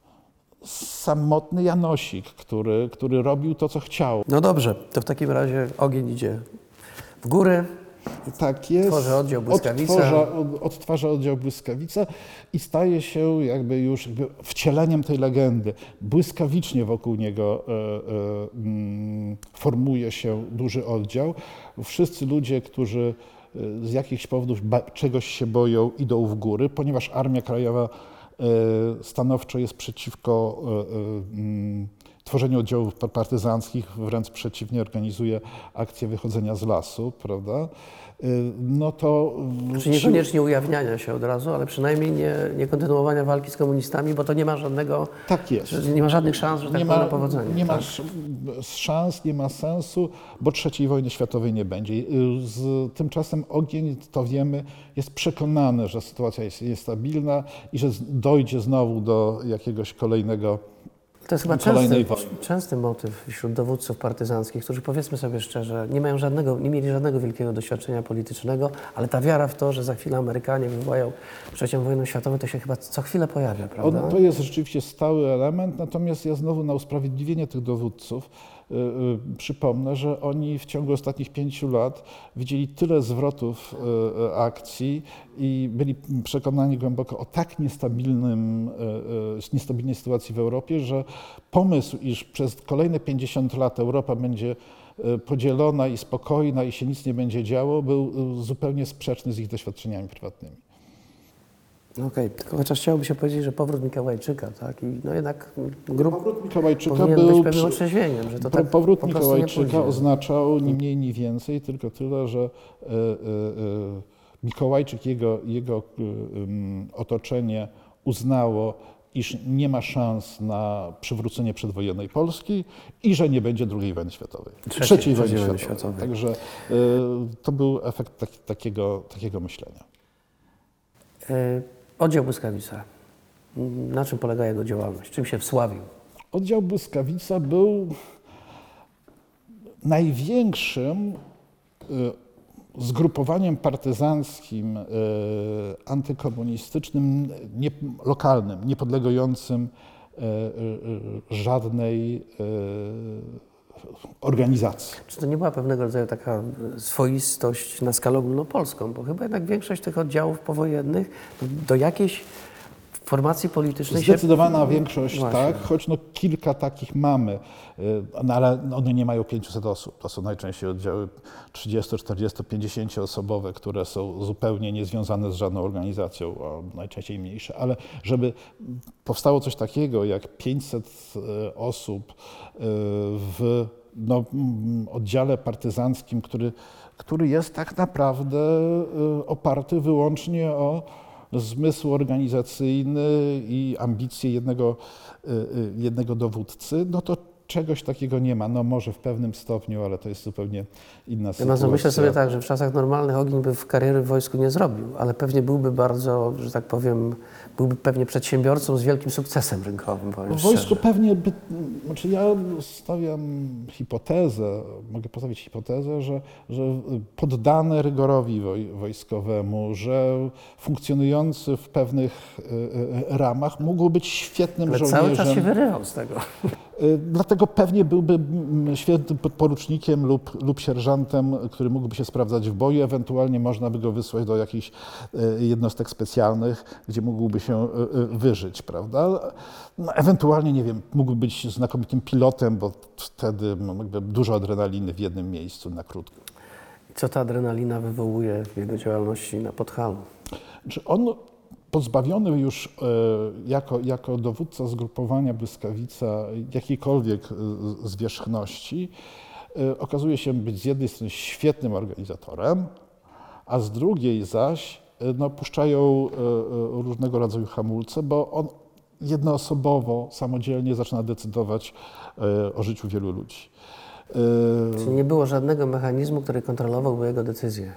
samotny Janosik, który, który robił to, co chciał. No dobrze, to w takim razie ogień idzie w górę. Tak jest. Tworzy oddział Błyskawica. Odtwarza, od, odtwarza oddział Błyskawica i staje się jakby już jakby wcieleniem tej legendy. Błyskawicznie wokół niego e, e, mm, formuje się duży oddział. Wszyscy ludzie, którzy e, z jakichś powodów ba- czegoś się boją, idą w góry, ponieważ Armia Krajowa e, stanowczo jest przeciwko e, e, mm, tworzeniu oddziałów partyzanckich, wręcz przeciwnie, organizuje akcję wychodzenia z lasu, prawda? Y, No to... Znaczy niekoniecznie ujawniania się od razu, ale przynajmniej nie, nie kontynuowania walki z komunistami, bo to nie ma żadnego, Tak jest. że nie ma żadnych szans, że tak Nie powiem, ma, na powodzenie. nie ma tak? sz- szans, nie ma sensu, bo trzeciej wojny światowej nie będzie. Y, Z, tymczasem ogień, to wiemy, jest przekonany, że sytuacja jest niestabilna i że z- dojdzie znowu do jakiegoś kolejnego To jest chyba kolejnej częsty, wojny. częsty motyw wśród dowódców partyzanckich, którzy powiedzmy sobie szczerze, nie mają żadnego, nie mieli żadnego wielkiego doświadczenia politycznego, ale ta wiara w to, że za chwilę Amerykanie wywołają trzecią wojnę światową, to się chyba co chwilę pojawia, prawda? On, to jest rzeczywiście stały element, natomiast ja znowu na usprawiedliwienie tych dowódców y, y, przypomnę, że oni w ciągu ostatnich pięciu lat widzieli tyle zwrotów y, y, akcji i byli przekonani głęboko o tak niestabilnym, y, y, niestabilnej sytuacji w Europie, że pomysł, iż przez kolejne pięćdziesiąt lat Europa będzie y, podzielona i spokojna i się nic nie będzie działo, był y, zupełnie sprzeczny z ich doświadczeniami prywatnymi. No Okej, tylko chociaż chciałoby się powiedzieć, że powrót Mikołajczyka, tak? I no jednak grup Powrót Mikołajczyka powinien był być pewnym przy- otrzeźwieniem, że to Po- tak Powrót po prostu nie Mikołajczyka pójdzie. oznaczał ni mniej, ni więcej, tylko tyle, że e, e, e, Mikołajczyk, jego, jego e, em, otoczenie uznało, iż nie ma szans na przywrócenie przedwojennej Polski i że nie będzie drugiej wojny światowej. Trzeciej wojny wojny światowej. światowej. Także e, to był efekt tak, takiego, takiego myślenia. E, Oddział Błyskawica. Na czym polega jego działalność? Czym się wsławił? Oddział Błyskawica był największym y, zgrupowaniem partyzanckim, y, antykomunistycznym, nie, lokalnym, niepodlegającym y, y, żadnej y, organizacji. Czy to nie była pewnego rodzaju taka swoistość na skalę ogólnopolską? Bo chyba jednak większość tych oddziałów powojennych do jakiejś formacji politycznej się... Zdecydowana większość, Właśnie. tak, choć no kilka takich mamy, y, no ale one nie mają pięciuset osób. To są najczęściej oddziały trzydziesto, czterdziesto, pięćdziesięcio osobowe, które są zupełnie niezwiązane z żadną organizacją, a najczęściej mniejsze. Ale żeby powstało coś takiego jak pięćset y, osób y, w no, mm, oddziale partyzanckim, który, który jest tak naprawdę y, oparty wyłącznie o zmysł organizacyjny i ambicje jednego, y, y, jednego dowódcy, no to czegoś takiego nie ma. No może w pewnym stopniu, ale to jest zupełnie inna sytuacja. Ja myślę sobie tak, że w czasach normalnych Ogień by w kariery w wojsku nie zrobił, ale pewnie byłby bardzo, że tak powiem, byłby pewnie przedsiębiorcą z wielkim sukcesem rynkowym. powiem W wojsku szczerze. pewnie, by, znaczy ja stawiam hipotezę, mogę postawić hipotezę, że, że poddany rygorowi woj, wojskowemu, że funkcjonujący w pewnych y, y, ramach mógł być świetnym Ale żołnierzem. cały czas się wyrywał z tego. Y, Dlatego pewnie byłby mm, świetnym podporucznikiem lub, lub sierżantem, który mógłby się sprawdzać w boju. Ewentualnie można by go wysłać do jakichś y, jednostek specjalnych, gdzie mógłby się y, y, wyżyć, prawda? No, ewentualnie, nie wiem, mógłby być znakomitym pilotem, bo wtedy no, jakby dużo adrenaliny w jednym miejscu na krótko. Co ta adrenalina wywołuje w jego działalności na Podhalu? Czy on pozbawiony już e, jako, jako dowódca zgrupowania Błyskawica jakiejkolwiek e, zwierzchności, e, okazuje się być z jednej strony świetnym organizatorem, a z drugiej zaś e, no, puszczają e, e, różnego rodzaju hamulce, bo on jednoosobowo, samodzielnie zaczyna decydować e, o życiu wielu ludzi. E, Czyli nie było żadnego mechanizmu, który kontrolowałby jego decyzje.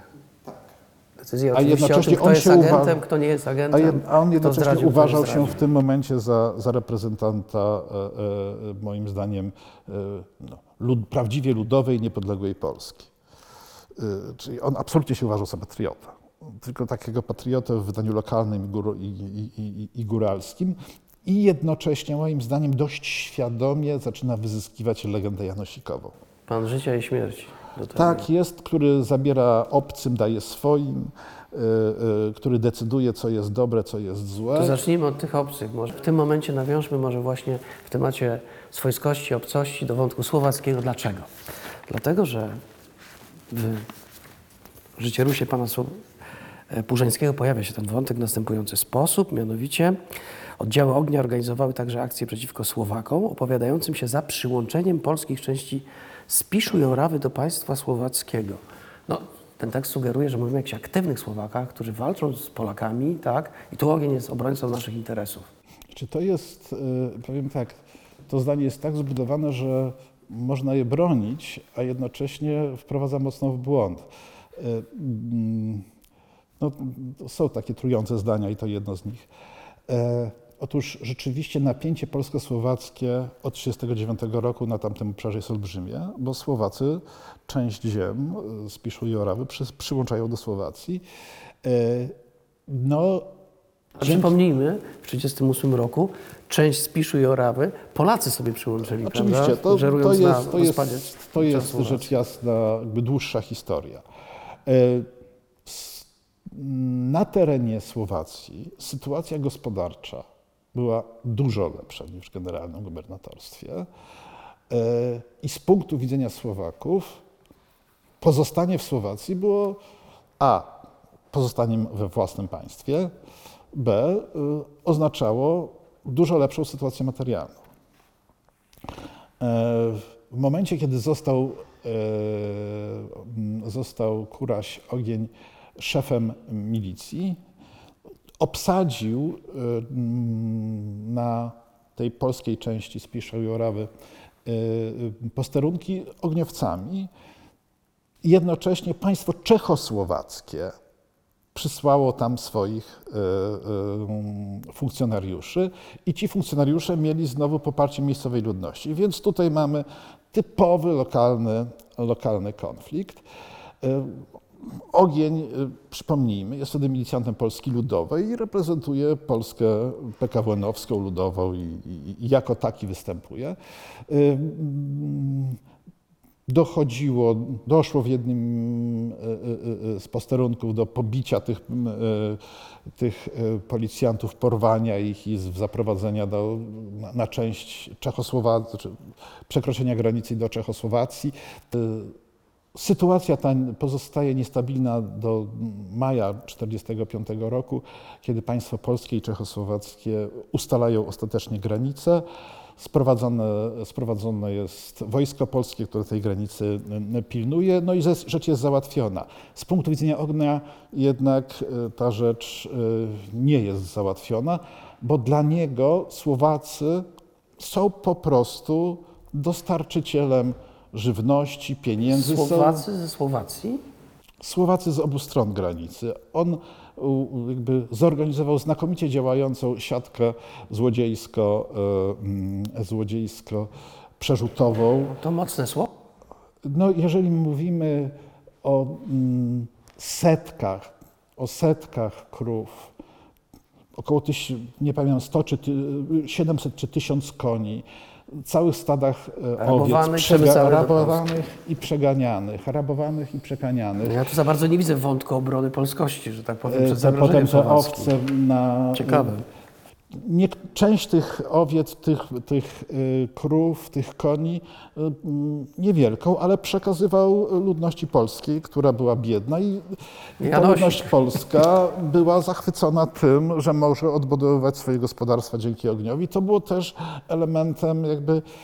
Decyzje A oczywiście o tym, jednocześnie kto on jest się agentem, uważa- kto nie jest A, agentem, jed, a on kto jednocześnie zdradził, kto nie uważał się zdradził. w tym momencie za, za reprezentanta, e, e, moim zdaniem, e, no, lud, prawdziwie ludowej, niepodległej Polski. E, czyli on absolutnie się uważał za patriotę. Tylko takiego patriotę w wydaniu lokalnym i, gór, i, i, i, i góralskim. I jednocześnie, moim zdaniem, dość świadomie zaczyna wyzyskiwać legendę janosikową. Pan życia i śmierci. Do tego. Tak jest, który zabiera obcym, daje swoim, y, y, który decyduje, co jest dobre, co jest złe. To zacznijmy od tych obcych. Może w tym momencie nawiążmy może właśnie w temacie swojskości, obcości do wątku słowackiego. Dlaczego? Dlatego, że w życiorysie pana Słow- Płużeńskiego pojawia się ten wątek w następujący sposób, mianowicie oddziały ognia organizowały także akcje przeciwko Słowakom, opowiadającym się za przyłączeniem polskich części Spiszu i Orawy do państwa słowackiego. No, ten tekst sugeruje, że mówimy o jakichś aktywnych Słowakach, którzy walczą z Polakami, tak? I tu ogień jest obrońcą naszych interesów. Czy to jest, y, powiem tak, to zdanie jest tak zbudowane, że można je bronić, a jednocześnie wprowadza mocno w błąd. Y, mm, No, są takie trujące zdania i to jedno z nich. E, otóż rzeczywiście napięcie polsko-słowackie od tysiąc dziewięćset trzydziestego dziewiątego roku na tamtym obszarze jest olbrzymie, bo Słowacy część ziem z Spiszu i Orawy przy, przyłączają do Słowacji. E, no, A przypomnijmy, w tysiąc dziewięćset trzydziestym ósmym roku część Spiszu i Orawy Polacy sobie przyłączyli, Oczywiście, prawda? to, to Żerując jest, na to jest, rozpadzie to jest Czechosłowacji. rzecz jasna, jakby dłuższa historia. E, s- Na terenie Słowacji sytuacja gospodarcza była dużo lepsza niż w generalnym gubernatorstwie e, i z punktu widzenia Słowaków pozostanie w Słowacji było a. pozostaniem we własnym państwie, B oznaczało dużo lepszą sytuację materialną. W momencie, kiedy został, został Kuraś Ogień szefem milicji, obsadził na tej polskiej części Spiszu i Orawy posterunki ogniowcami. Jednocześnie państwo czechosłowackie przysłało tam swoich funkcjonariuszy i ci funkcjonariusze mieli znowu poparcie miejscowej ludności. Więc tutaj mamy typowy lokalny, lokalny konflikt. Ogień, przypomnijmy, jest wtedy milicjantem Polski Ludowej i reprezentuje Polskę P K W N-owską, ludową i, i, i jako taki występuje. Dochodziło, doszło w jednym z posterunków do pobicia tych, tych policjantów, porwania ich i zaprowadzenia do, na, na część Czechosłowacji, czy przekroczenia granicy do Czechosłowacji. Sytuacja ta pozostaje niestabilna do maja tysiąc dziewięćset czterdziestego piątego roku, kiedy państwo polskie i czechosłowackie ustalają ostatecznie granice. Sprowadzone, sprowadzone jest wojsko polskie, które tej granicy pilnuje, no i rzecz jest załatwiona. Z punktu widzenia ognia jednak ta rzecz nie jest załatwiona, bo dla niego Słowacy są po prostu dostarczycielem żywności, pieniędzy. Słowacy ze Słowacji? Słowacy z obu stron granicy. On jakby zorganizował znakomicie działającą siatkę złodziejsko, złodziejsko przerzutową. To mocne słowo. No, jeżeli mówimy o setkach, o setkach krów, około tyś, nie pamiętam, sto czy siedemset czy tysiąc koni, całych stadach owiec przega- rabowanych i przeganianych, rabowanych i przeganianych. Ja tu za bardzo nie widzę wątku obrony polskości, że tak powiem, przed Te, zagrożeniem potem te słowackim. owce na... Ciekawe. Nie, część tych owiec, tych, tych y, krów, tych koni, y, y, niewielką, ale przekazywał ludności polskiej, która była biedna i ta Janosik. ludność polska była zachwycona tym, że może odbudowywać swoje gospodarstwa dzięki ogniowi. To było też elementem jakby y,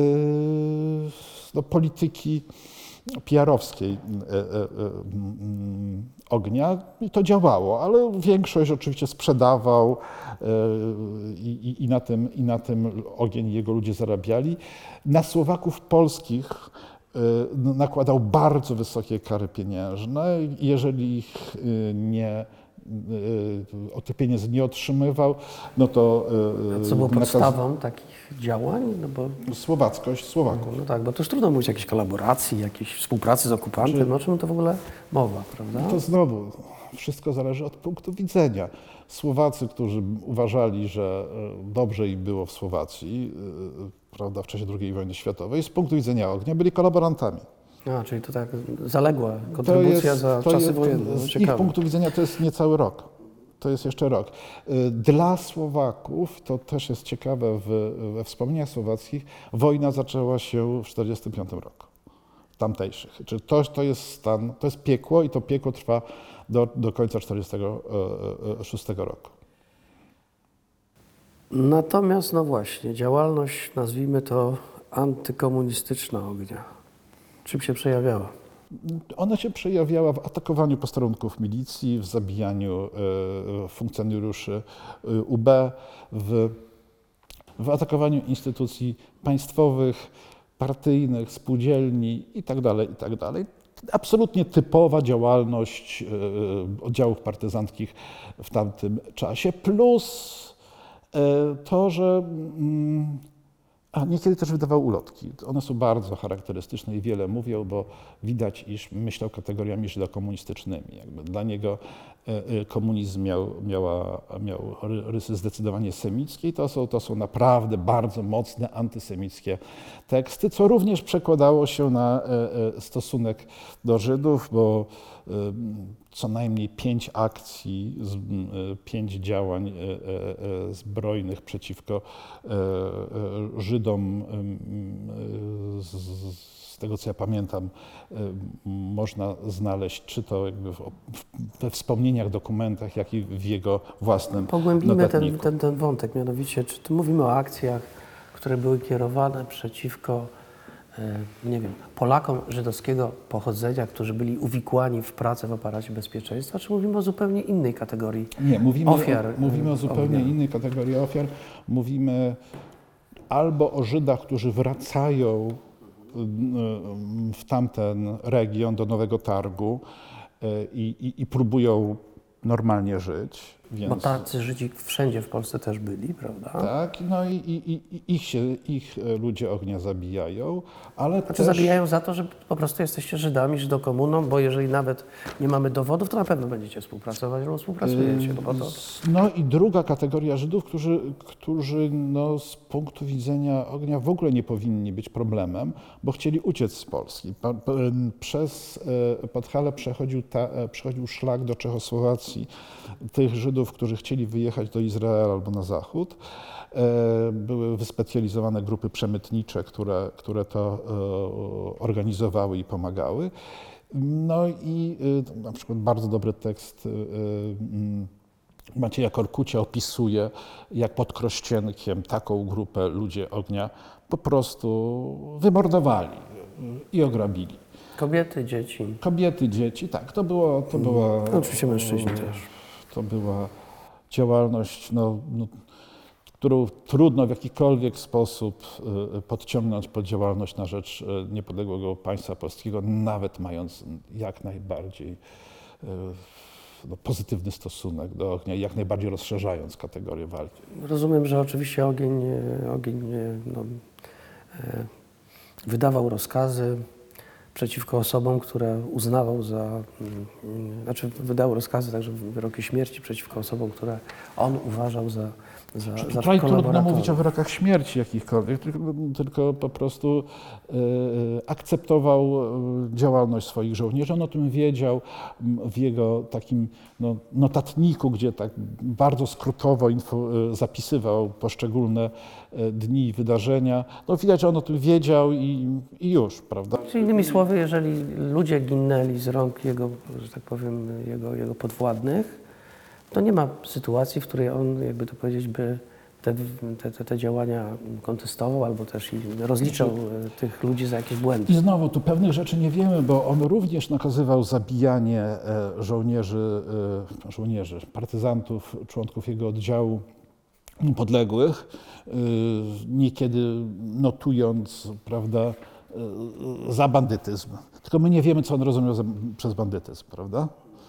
no, polityki P R-owskiej y, y, y, y, ognia i to działało, ale większość oczywiście sprzedawał y, i, i, na tym, i na tym ogień i jego ludzie zarabiali. Na Słowaków polskich y, nakładał bardzo wysokie kary pieniężne. Jeżeli ich y, nie o te pieniędzy nie otrzymywał, no to... A co było podstawą takich działań? No bo... Słowackość Słowaków. No tak, bo to już trudno mówić o jakiejś kolaboracji, jakiejś współpracy z okupantem. No o czym to w ogóle mowa, prawda? To znowu wszystko zależy od punktu widzenia. Słowacy, którzy uważali, że dobrze im było w Słowacji, prawda, w czasie drugiej wojny światowej, z punktu widzenia ognia byli kolaborantami. A, czyli to tak zaległa kontrybucja jest, za czasy jest, wojenne. No, z ciekawe. ich punktu widzenia to jest niecały rok. To jest jeszcze rok. Dla Słowaków, to też jest ciekawe, w, we wspomnieniach słowackich, wojna zaczęła się w tysiąc dziewięćset czterdziestym piątym roku, tamtejszych. Czyli to, to jest stan, to jest piekło i to piekło trwa do, do końca tysiąc dziewięćset czterdziestego szóstego roku. Natomiast, no właśnie, działalność, nazwijmy to antykomunistyczna ognia. Czym się przejawiała? Ona się przejawiała w atakowaniu posterunków milicji, w zabijaniu e, funkcjonariuszy e, U B, w, w atakowaniu instytucji państwowych, partyjnych, spółdzielni itd., itd. Absolutnie typowa działalność e, oddziałów partyzanckich w tamtym czasie, plus e, to, że mm, a niekiedy też wydawał ulotki. One są bardzo charakterystyczne i wiele mówią, bo widać, iż myślał kategoriami żydokomunistycznymi. Jakby dla niego komunizm miał, miała, miał rysy zdecydowanie semickie i to są, to są naprawdę bardzo mocne antysemickie teksty, co również przekładało się na stosunek do Żydów, bo co najmniej pięć akcji, pięć działań zbrojnych przeciwko Żydom tego co ja pamiętam, y, można znaleźć, czy to jakby w, w, we wspomnieniach, dokumentach, jak i w jego własnym Pogłębimy ten, notatniku. ten, ten wątek, mianowicie, czy tu mówimy o akcjach, które były kierowane przeciwko, e, nie wiem, Polakom żydowskiego pochodzenia, którzy byli uwikłani w pracę w aparacie bezpieczeństwa, czy mówimy o zupełnie innej kategorii Nie, mówimy, ofiar? o, mówimy o zupełnie ognia? innej kategorii ofiar. Mówimy albo o Żydach, którzy wracają w tamten region, do Nowego Targu i, i, i próbują normalnie żyć. Więc, Bo tacy Żydzi wszędzie w Polsce też byli, prawda? tak, no i, i, i ich, się, ich ludzie ognia zabijają, ale Znaczy też... zabijają za to, że po prostu jesteście Żydami, Żydokomuną, bo jeżeli nawet nie mamy dowodów, to na pewno będziecie współpracować albo współpracujecie. No, bo to... No i druga kategoria Żydów, którzy, którzy no, z punktu widzenia ognia w ogóle nie powinni być problemem, bo chcieli uciec z Polski. Pa- pa- Przez e, Podhale przechodził, ta, e, przechodził szlak do Czechosłowacji tych Żydów, którzy chcieli wyjechać do Izraela albo na zachód. E, Były wyspecjalizowane grupy przemytnicze, które, które to e, organizowały i pomagały. No i e, na przykład bardzo dobry tekst e, mm, Macieja Korkucia opisuje, jak pod Krościenkiem taką grupę ludzie ognia po prostu wymordowali i ograbili. Kobiety, dzieci. Kobiety, dzieci, tak, to było, to była... No, oczywiście mężczyźni też. To była działalność, no, no, którą trudno w jakikolwiek sposób y, podciągnąć pod działalność na rzecz y, niepodległego państwa polskiego, nawet mając jak najbardziej y, no, pozytywny stosunek do ognia i jak najbardziej rozszerzając kategorię walki. Rozumiem, że oczywiście ogień, e, ogień e, no, e, wydawał rozkazy przeciwko osobom, które uznawał za, mm, mm, znaczy wydał rozkazy, także wyroki śmierci przeciwko osobom, które on uważał za, za, za Tutaj trudno kolaboratorów. mówić o wyrokach śmierci jakichkolwiek, tylko, tylko po prostu e, akceptował e, działalność swoich żołnierzy. On o tym wiedział m, w jego takim no, notatniku, gdzie tak bardzo skrótowo info, e, zapisywał poszczególne e, dni i wydarzenia. No, widać, że on o tym wiedział i, i już, prawda? Czyli innymi słowy, jeżeli ludzie ginęli z rąk jego, że tak powiem, jego, jego podwładnych, to nie ma sytuacji, w której on, jakby to powiedzieć, by te, te, te, te działania kontestował albo też i rozliczał e, tych ludzi za jakieś błędy. I znowu, tu pewnych rzeczy nie wiemy, bo on również nakazywał zabijanie e, żołnierzy, e, żołnierzy, partyzantów, członków jego oddziału podległych, e, niekiedy notując, prawda, e, za bandytyzm. Tylko my nie wiemy, co on rozumiał za, przez bandytyzm, prawda?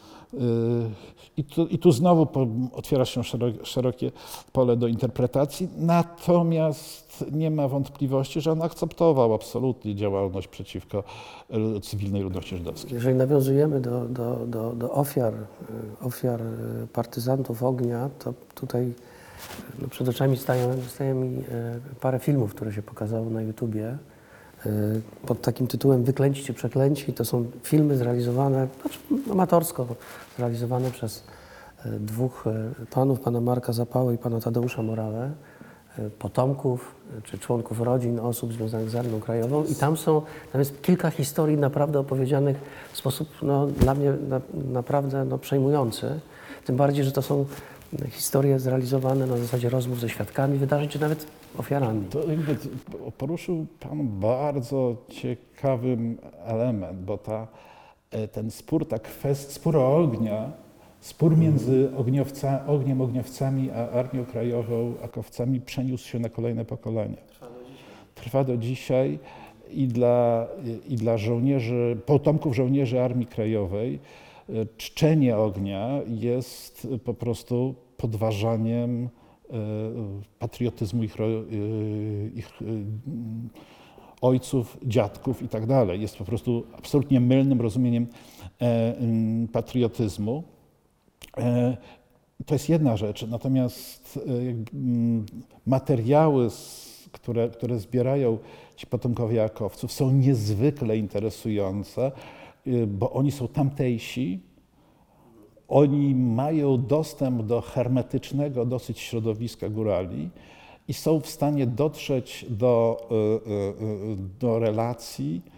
I tu, I tu znowu po, otwiera się szerokie, szerokie pole do interpretacji, natomiast nie ma wątpliwości, że on akceptował absolutnie działalność przeciwko cywilnej ludności żydowskiej. Jeżeli nawiązujemy do, do, do, do ofiar, e, ofiar e, partyzantów ognia, to tutaj no, przed oczami stają, staje mi e, parę filmów, które się pokazało na YouTubie pod takim tytułem Wyklęci czy Przeklęci. To są filmy zrealizowane, znaczy amatorsko zrealizowane przez dwóch panów, pana Marka Zapały i pana Tadeusza Morawę, potomków czy członków rodzin osób związanych z Armią Krajową. I tam są, tam jest kilka historii naprawdę opowiedzianych w sposób no, dla mnie na, naprawdę no, przejmujący. Tym bardziej, że to są historie zrealizowane na zasadzie rozmów ze świadkami wydarzeń, czy nawet ofiarami. To jakby poruszył Pan bardzo ciekawy element, bo ta, ten spór, ta kwestia, spór o ognia, spór między ogniowca, ogniem, ogniowcami a Armią Krajową, a kowcami przeniósł się na kolejne pokolenia. Trwa do dzisiaj. Trwa do dzisiaj i dla, i dla żołnierzy, potomków żołnierzy Armii Krajowej czczenie ognia jest po prostu podważaniem patriotyzmu ich, ich ojców, dziadków i tak dalej. Jest po prostu absolutnie mylnym rozumieniem patriotyzmu. To jest jedna rzecz, natomiast materiały, które, które zbierają ci potomkowie Jakowców, są niezwykle interesujące, bo oni są tamtejsi. Oni mają dostęp do hermetycznego dosyć środowiska górali i są w stanie dotrzeć do, do relacji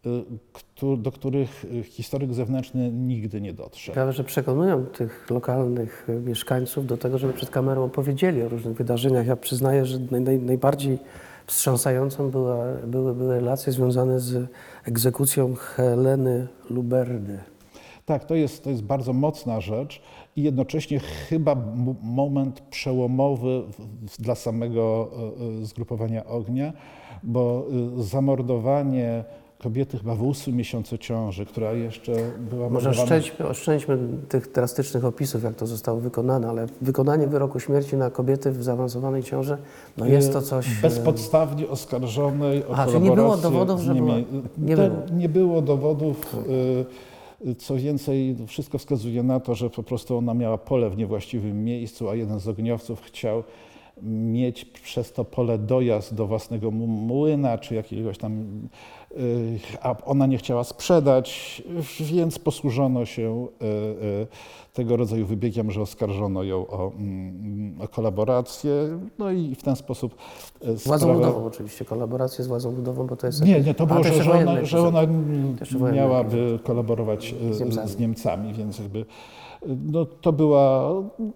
do których historyk zewnętrzny nigdy nie dotrze. Ciekawe, że przekonują tych lokalnych mieszkańców do tego, żeby przed kamerą opowiedzieli o różnych wydarzeniach. Ja przyznaję, że naj, naj, najbardziej wstrząsającą była, były, były relacje związane z egzekucją Heleny Luberdy. Tak, to jest, to jest bardzo mocna rzecz i jednocześnie chyba moment przełomowy w, dla samego zgrupowania Ognia, bo zamordowanie kobiety chyba w ósmym miesiącu ciąży, która jeszcze była Może mordowana... oszczędźmy, oszczędźmy tych drastycznych opisów, jak to zostało wykonane, ale wykonanie wyroku śmierci na kobiety w zaawansowanej ciąży, no jest to coś... Bezpodstawnie oskarżonej o A, czyli nie było kolaborację dowodów, z że była... Niemie- Nie Te- było. nie było dowodów. y, Co więcej, wszystko wskazuje na to, że po prostu ona miała pole w niewłaściwym miejscu, a jeden z ogniowców chciał mieć przez to pole dojazd do własnego mu- młyna, czy jakiegoś tam, y, a ona nie chciała sprzedać, więc posłużono się y, y, tego rodzaju wybiegiem, że oskarżono ją o, mm, o kolaborację, no i w ten sposób y, Z władzą sprawę- ludową oczywiście, kolaborację z władzą ludową, bo to jest... Nie, nie, to A, było, że, jeszcze że, wojenny ona, że epizod. ona Jeszcze wojenny miałaby kolaborować Z z Niemcami. Niemcami. z Niemcami, więc jakby no, to była...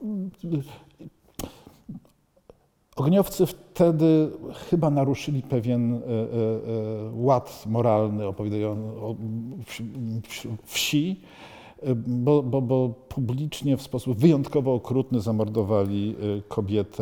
Ogniowcy wtedy chyba naruszyli pewien e, e, ład moralny opowiadający o wsi, wsi bo, bo, bo publicznie w sposób wyjątkowo okrutny zamordowali kobietę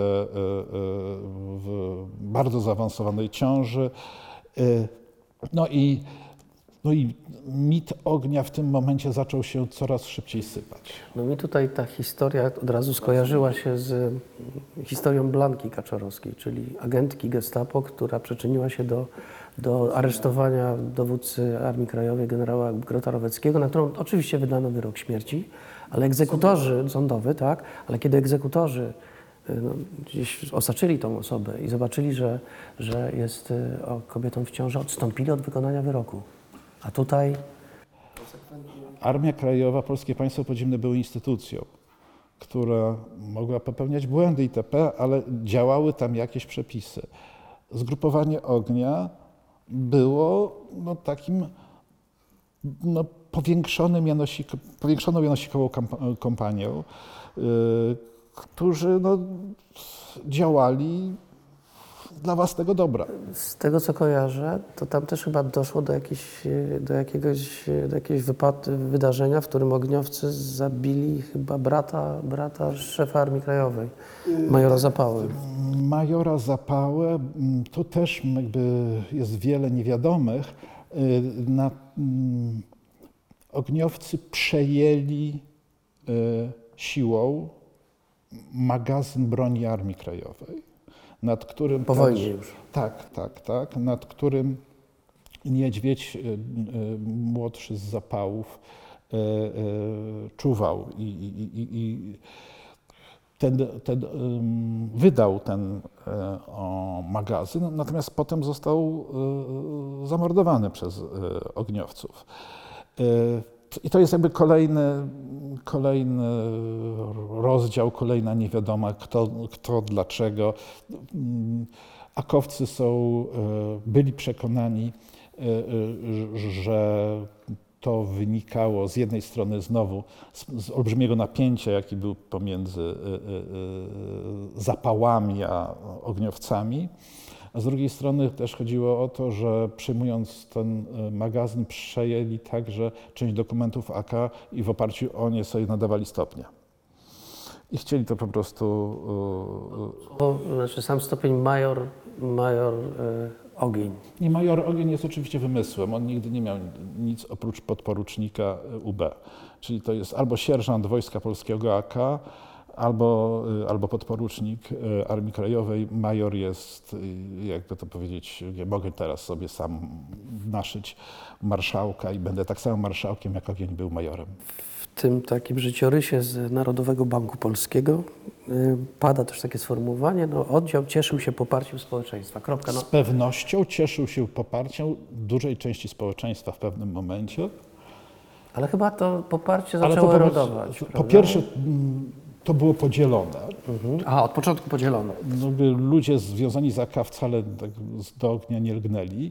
w bardzo zaawansowanej ciąży. No i, no i mit ognia w tym momencie zaczął się coraz szybciej sypać. No mi tutaj ta historia od razu skojarzyła się z historią Blanki Kaczorowskiej, czyli agentki Gestapo, która przyczyniła się do, do aresztowania dowódcy Armii Krajowej generała Grota-Roweckiego, na którą oczywiście wydano wyrok śmierci, ale egzekutorzy, sądowy, tak, ale kiedy egzekutorzy no, gdzieś osaczyli tą osobę i zobaczyli, że, że jest o, kobietą w ciąży, odstąpili od wykonania wyroku. A tutaj... Armia Krajowa, Polskie Państwo Podziemne były instytucją, która mogła popełniać błędy itp., ale działały tam jakieś przepisy. Zgrupowanie Ognia było no, takim no, powiększonym janosik, powiększoną janosikową kamp- kompanią, yy, którzy no, działali dla własnego dobra. Z tego, co kojarzę, to tam też chyba doszło do, jakiejś, do jakiegoś, do jakiegoś wypad, wydarzenia, w którym ogniowcy zabili chyba brata, brata szefa Armii Krajowej, majora Zapały. Majora Zapałę, tu też jakby jest wiele niewiadomych. Na, ogniowcy przejęli siłą magazyn broni Armii Krajowej, nad którym... Po wojnie już. Tak, tak, tak, nad którym niedźwiedź y, y, młodszy z Zapałów y, y, czuwał i, i, i, i ten, ten, y, wydał ten y, o, magazyn, natomiast potem został y, zamordowany przez y, ogniowców. Y, I to jest jakby kolejny, kolejny rozdział, kolejna niewiadoma kto, kto dlaczego. Akowcy są, byli przekonani, że to wynikało z jednej strony znowu z, z olbrzymiego napięcia, jaki był pomiędzy Zapałami a ogniowcami, a z drugiej strony też chodziło o to, że przyjmując ten magazyn przejęli także część dokumentów A K i w oparciu o nie sobie nadawali stopnie. I chcieli to po prostu... Bo, znaczy sam stopień major, major y, ogień. Nie, major ogień jest oczywiście wymysłem. On nigdy nie miał nic oprócz podporucznika U B. Czyli to jest albo sierżant Wojska Polskiego A K, albo, albo podporucznik Armii Krajowej. Major jest, jakby to powiedzieć, nie mogę teraz sobie sam naszyć marszałka i będę tak samo marszałkiem, jak Ogień był majorem. W tym takim życiorysie z Narodowego Banku Polskiego y, pada też takie sformułowanie, no oddział cieszył się poparciem społeczeństwa. Kropka. No. Z pewnością cieszył się poparciem dużej części społeczeństwa w pewnym momencie. Ale chyba to poparcie Ale zaczęło to po, erodować. po prawda? pierwsze to było podzielone. Mhm. A, od początku podzielono. No, ludzie związani z A K wcale tak do ognia nie lgnęli.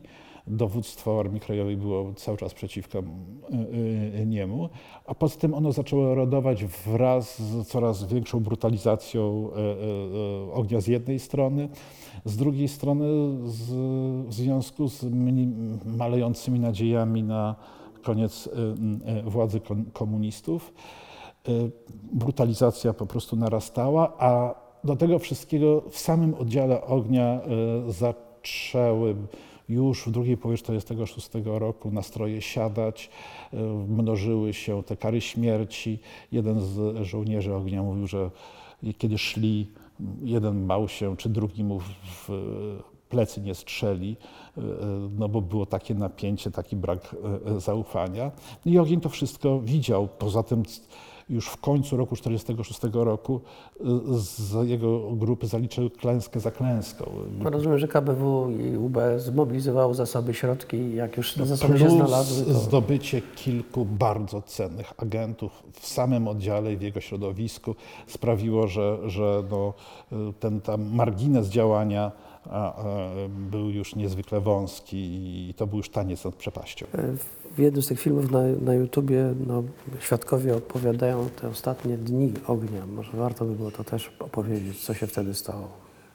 dowództwo Armii Krajowej było cały czas przeciwko niemu, a poza tym ono zaczęło rodować wraz z coraz większą brutalizacją ognia z jednej strony, z drugiej strony z, w związku z malejącymi nadziejami na koniec władzy komunistów. Brutalizacja po prostu narastała, a do tego wszystkiego w samym oddziale ognia zaczęły już w drugiej połowie tysiąc dziewięćset czterdziestego szóstego roku nastroje siadać, mnożyły się te kary śmierci. Jeden z żołnierzy ognia mówił, że kiedy szli, jeden bał się, czy drugi mu w plecy nie strzeli, no bo było takie napięcie, taki brak zaufania. I ogień to wszystko widział. Poza tym już w końcu roku tysiąc dziewięćset czterdziestego szóstego roku z jego grupy zaliczył klęskę za klęską. No rozumiem, że K B W i U B zmobilizowało zasoby, środki, jak już te zasoby się znalazły. To... zdobycie kilku bardzo cennych agentów w samym oddziale i w jego środowisku sprawiło, że, że no, ten tam margines działania a, a, był już niezwykle wąski i to był już taniec nad przepaścią. W jednym z tych filmów na, na YouTubie no, świadkowie opowiadają te ostatnie dni ognia. Może warto by było to też opowiedzieć, co się wtedy stało.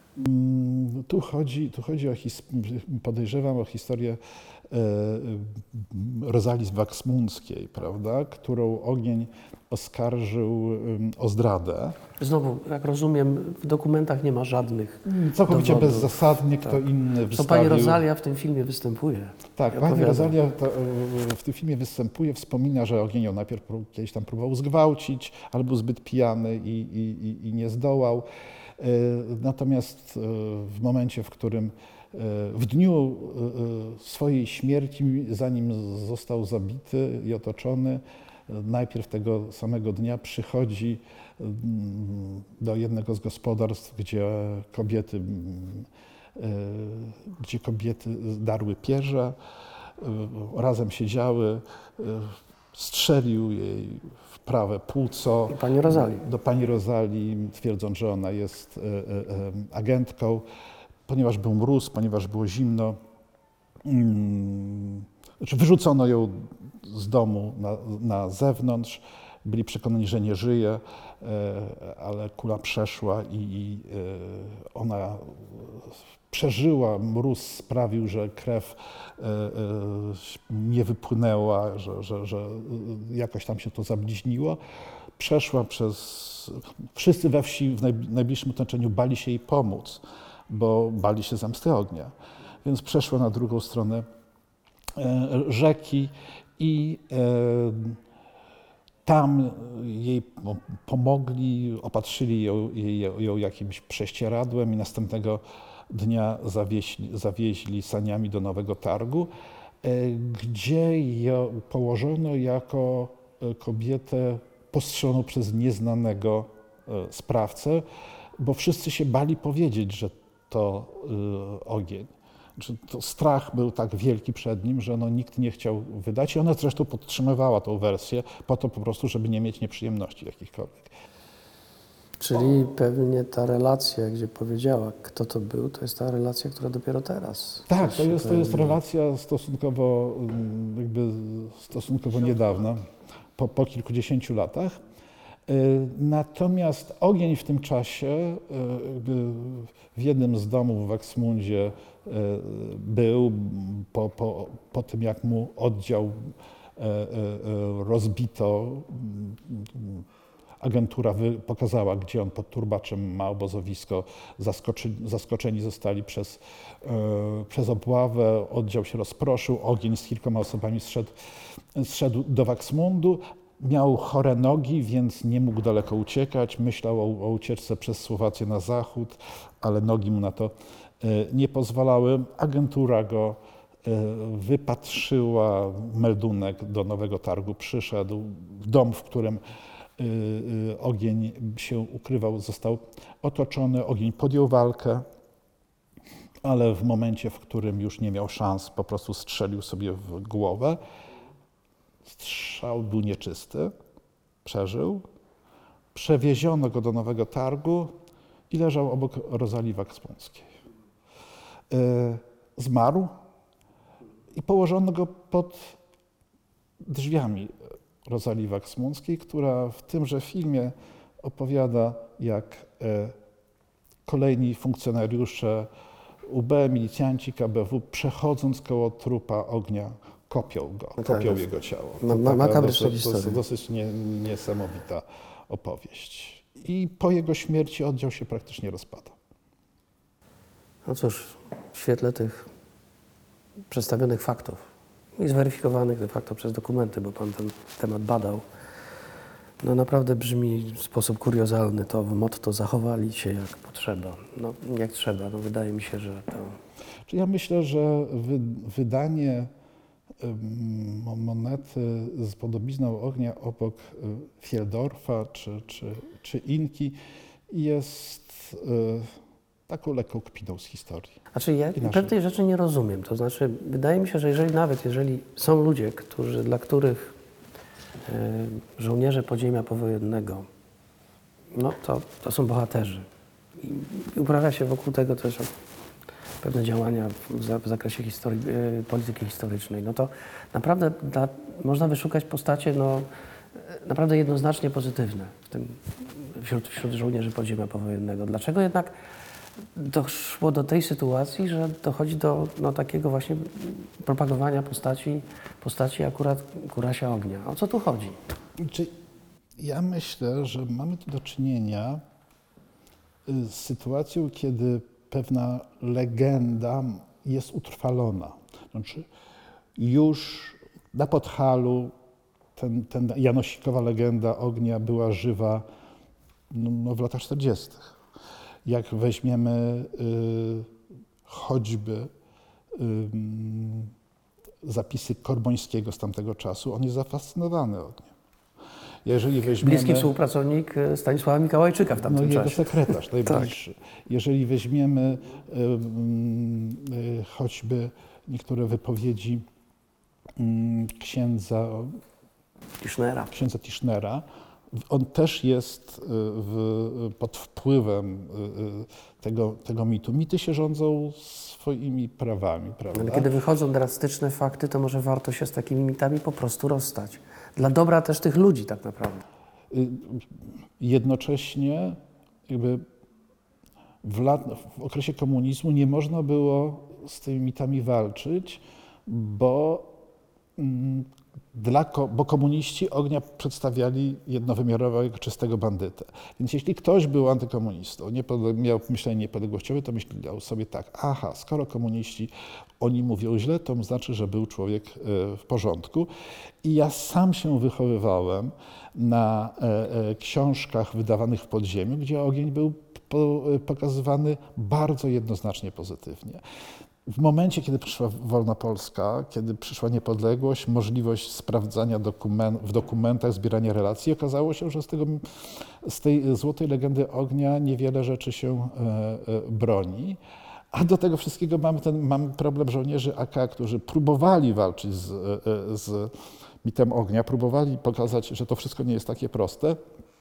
Tu chodzi, tu chodzi o, his, podejrzewam o historię e, Rozalii Waksmundzkiej, prawda, którą ogień oskarżył o zdradę. Znowu, jak rozumiem, w dokumentach nie ma żadnych Całkowicie dowodów. bezzasadnie kto Tak. inny To wystawił. pani Rosalia w tym filmie występuje. Tak, i pani opowiada. Rosalia to, w tym filmie występuje, wspomina, że ogień ją najpierw kiedyś tam próbował zgwałcić, ale był zbyt pijany i, i, i nie zdołał. Natomiast w momencie, w którym w dniu swojej śmierci, zanim został zabity i otoczony, najpierw tego samego dnia przychodzi do jednego z gospodarstw, gdzie kobiety, gdzie kobiety darły pierze, razem siedziały, strzelił jej w prawe płuco. Do pani Rozalii. Do pani Rozalii, twierdząc, że ona jest agentką. Ponieważ był mróz, ponieważ było zimno, znaczy wyrzucono ją z domu na, na zewnątrz. Byli przekonani, że nie żyje, ale kula przeszła i, i ona przeżyła. Mróz sprawił, że krew nie wypłynęła, że, że, że jakoś tam się to zabliźniło. Przeszła przez... Wszyscy we wsi w najbliższym otoczeniu bali się jej pomóc, bo bali się zemsty ognia. Więc przeszła na drugą stronę rzeki i tam jej pomogli, opatrzyli ją, ją jakimś prześcieradłem i następnego dnia zawieźli, zawieźli saniami do Nowego Targu, gdzie ją położono jako kobietę postrzeloną przez nieznanego sprawcę, bo wszyscy się bali powiedzieć, że to ogień. To strach był tak wielki przed nim, że no, nikt nie chciał wydać i ona zresztą podtrzymywała tą wersję po to po prostu, żeby nie mieć nieprzyjemności jakichkolwiek. Czyli pewnie ta relacja, gdzie powiedziała, kto to był, to jest ta relacja, która dopiero teraz. Tak, to jest, to jest relacja stosunkowo, jakby stosunkowo niedawna, po, po kilkudziesięciu latach. Natomiast ogień w tym czasie w jednym z domów w Waksmundzie był po, po, po tym, jak mu oddział rozbito. Agentura pokazała, gdzie on pod Turbaczem ma obozowisko. Zaskoczeni, zaskoczeni zostali przez, przez obławę. Oddział się rozproszył. Ogień z kilkoma osobami zszedł, zszedł do Waksmundu. Miał chore nogi, więc nie mógł daleko uciekać. Myślał o, o ucieczce przez Słowację na zachód, ale nogi mu na to nie pozwalały. Agentura go wypatrzyła, meldunek do Nowego Targu przyszedł. Dom, w którym ogień się ukrywał, został otoczony. Ogień podjął walkę, ale w momencie, w którym już nie miał szans, po prostu strzelił sobie w głowę. Strzał był nieczysty, przeżył. Przewieziono go do Nowego Targu i leżał obok Rozalii Waksmundzkiej. Zmarł i położono go pod drzwiami Rozalii Waksmunckiej, która w tymże filmie opowiada, jak e, kolejni funkcjonariusze U B, milicjanci K B W, przechodząc koło trupa Ognia, kopią go, No tak, kopią to- jego ciało. ma- To ma- taka makabryczna dosyć, historia. dosyć, dosyć nie, niesamowita opowieść. I po jego śmierci oddział się praktycznie rozpada. No cóż, w świetle tych przedstawionych faktów i zweryfikowanych de facto przez dokumenty, bo pan ten temat badał, no naprawdę brzmi w sposób kuriozalny to motto zachowali się jak potrzeba. No jak trzeba, no wydaje mi się, że to... Czy ja myślę, że wy, wydanie ym, mo- monety z podobizną ognia obok y, Fieldorfa czy, czy, czy Inki jest y, taką lekką kpiną z historii. Znaczy ja Inaczej. pewnej rzeczy nie rozumiem, to znaczy wydaje mi się, że jeżeli nawet jeżeli są ludzie, którzy, dla których e, żołnierze podziemia powojennego, no to, to są bohaterzy. I, I uprawia się wokół tego też pewne działania w, za- w zakresie historii, e, polityki historycznej, no to naprawdę dla, można wyszukać postacie no, e, naprawdę jednoznacznie pozytywne w tym, wśród, wśród żołnierzy podziemia powojennego. Dlaczego jednak doszło do tej sytuacji, że dochodzi do no, takiego właśnie propagowania postaci, postaci akurat Kurasia Ognia? O co tu chodzi? Czy ja myślę, że mamy tu do czynienia y, z sytuacją, kiedy pewna legenda jest utrwalona. Znaczy, już na Podhalu ten, ten janosikowa legenda ognia była żywa no, no w latach czterdziestych. Jak weźmiemy y, choćby y, zapisy Korbońskiego z tamtego czasu, on jest zafascynowany ogniem. Jeżeli weźmiemy... Bliski współpracownik e, Stanisława Mikołajczyka w No tamtym jego czasie. sekretarz najbliższy. Jeżeli weźmiemy y, y, choćby niektóre wypowiedzi y, księdza, Tischnera. księdza Tischnera, on też jest y, w, pod wpływem y, y, tego, tego mitu. Mity się rządzą swoimi prawami, prawda? Ale kiedy wychodzą drastyczne fakty, to może warto się z takimi mitami po prostu rozstać. Dla dobra też tych ludzi tak naprawdę. Y, Jednocześnie jakby w, lat, w okresie komunizmu nie można było z tymi mitami walczyć, bo, mm, dla, ko- bo komuniści ognia przedstawiali jednowymiarowego, czystego bandytę. Więc jeśli ktoś był antykomunistą, niepod- miał myślenie niepodległościowe, to myślał sobie tak, aha, skoro komuniści oni mówią źle, to znaczy, że był człowiek e, w porządku. I ja sam się wychowywałem na e, e, książkach wydawanych w podziemiu, gdzie ogień był po, pokazywany bardzo jednoznacznie pozytywnie. W momencie, kiedy przyszła wolna Polska, kiedy przyszła niepodległość, możliwość sprawdzania dokument, w dokumentach, zbierania relacji, okazało się, że z, tego, z tej złotej legendy ognia niewiele rzeczy się e, e, broni. A do tego wszystkiego mamy, ten, mamy problem żołnierzy A K, którzy próbowali walczyć z, e, z mitem ognia, próbowali pokazać, że to wszystko nie jest takie proste.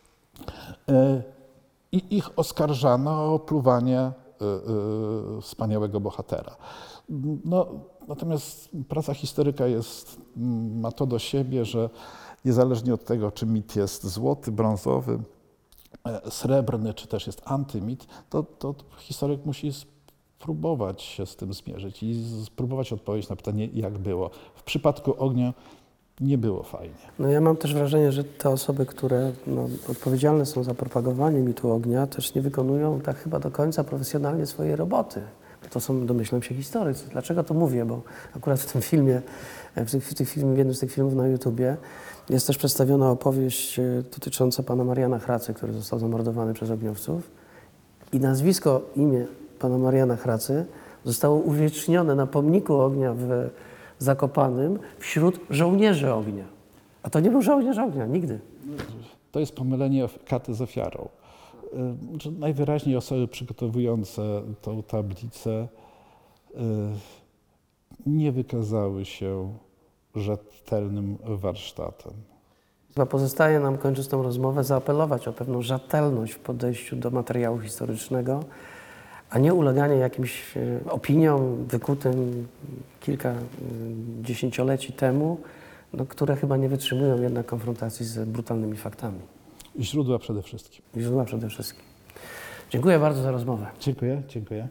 E, I ich oskarżano o opluwanie y, y, wspaniałego bohatera. No, natomiast praca historyka jest, ma to do siebie, że niezależnie od tego, czy mit jest złoty, brązowy, e, srebrny, czy też jest antymit, to, to historyk musi spróbować się z tym zmierzyć i spróbować odpowiedzieć na pytanie, jak było. W przypadku ognia nie było fajnie. No ja mam też wrażenie, że te osoby, które no, odpowiedzialne są za propagowanie mitu ognia, też nie wykonują tak chyba do końca profesjonalnie swojej roboty. To są, domyślam się, historycy. Dlaczego to mówię? Bo akurat w tym filmie, w, tych, w, tych film, w jednym z tych filmów na YouTubie jest też przedstawiona opowieść e, dotycząca pana Mariana Hracy, który został zamordowany przez ogniowców. I nazwisko, imię pana Mariana Hracy zostało uwiecznione na pomniku ognia w Zakopanym wśród żołnierzy ognia. A to nie był żołnierz ognia, nigdy. To jest pomylenie katy z ofiarą. Y, że Najwyraźniej osoby przygotowujące tą tablicę y, nie wykazały się rzetelnym warsztatem. Chyba pozostaje nam, kończąc tę rozmowę, zaapelować o pewną rzetelność w podejściu do materiału historycznego, a nie uleganie jakimś e, opiniom wykutym kilka e, dziesięcioleci temu, no, które chyba nie wytrzymują jednak konfrontacji z brutalnymi faktami. Źródła przede wszystkim. I źródła przede wszystkim. Dziękuję bardzo za rozmowę. Dziękuję, dziękuję.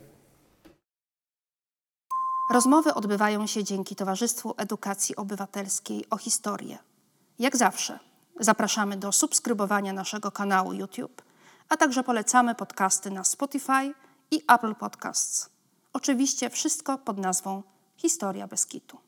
Rozmowy odbywają się dzięki Towarzystwu Edukacji Obywatelskiej o Historię. Jak zawsze zapraszamy do subskrybowania naszego kanału YouTube, a także polecamy podcasty na Spotify i Apple Podcasts. Oczywiście wszystko pod nazwą Historia Beskitu.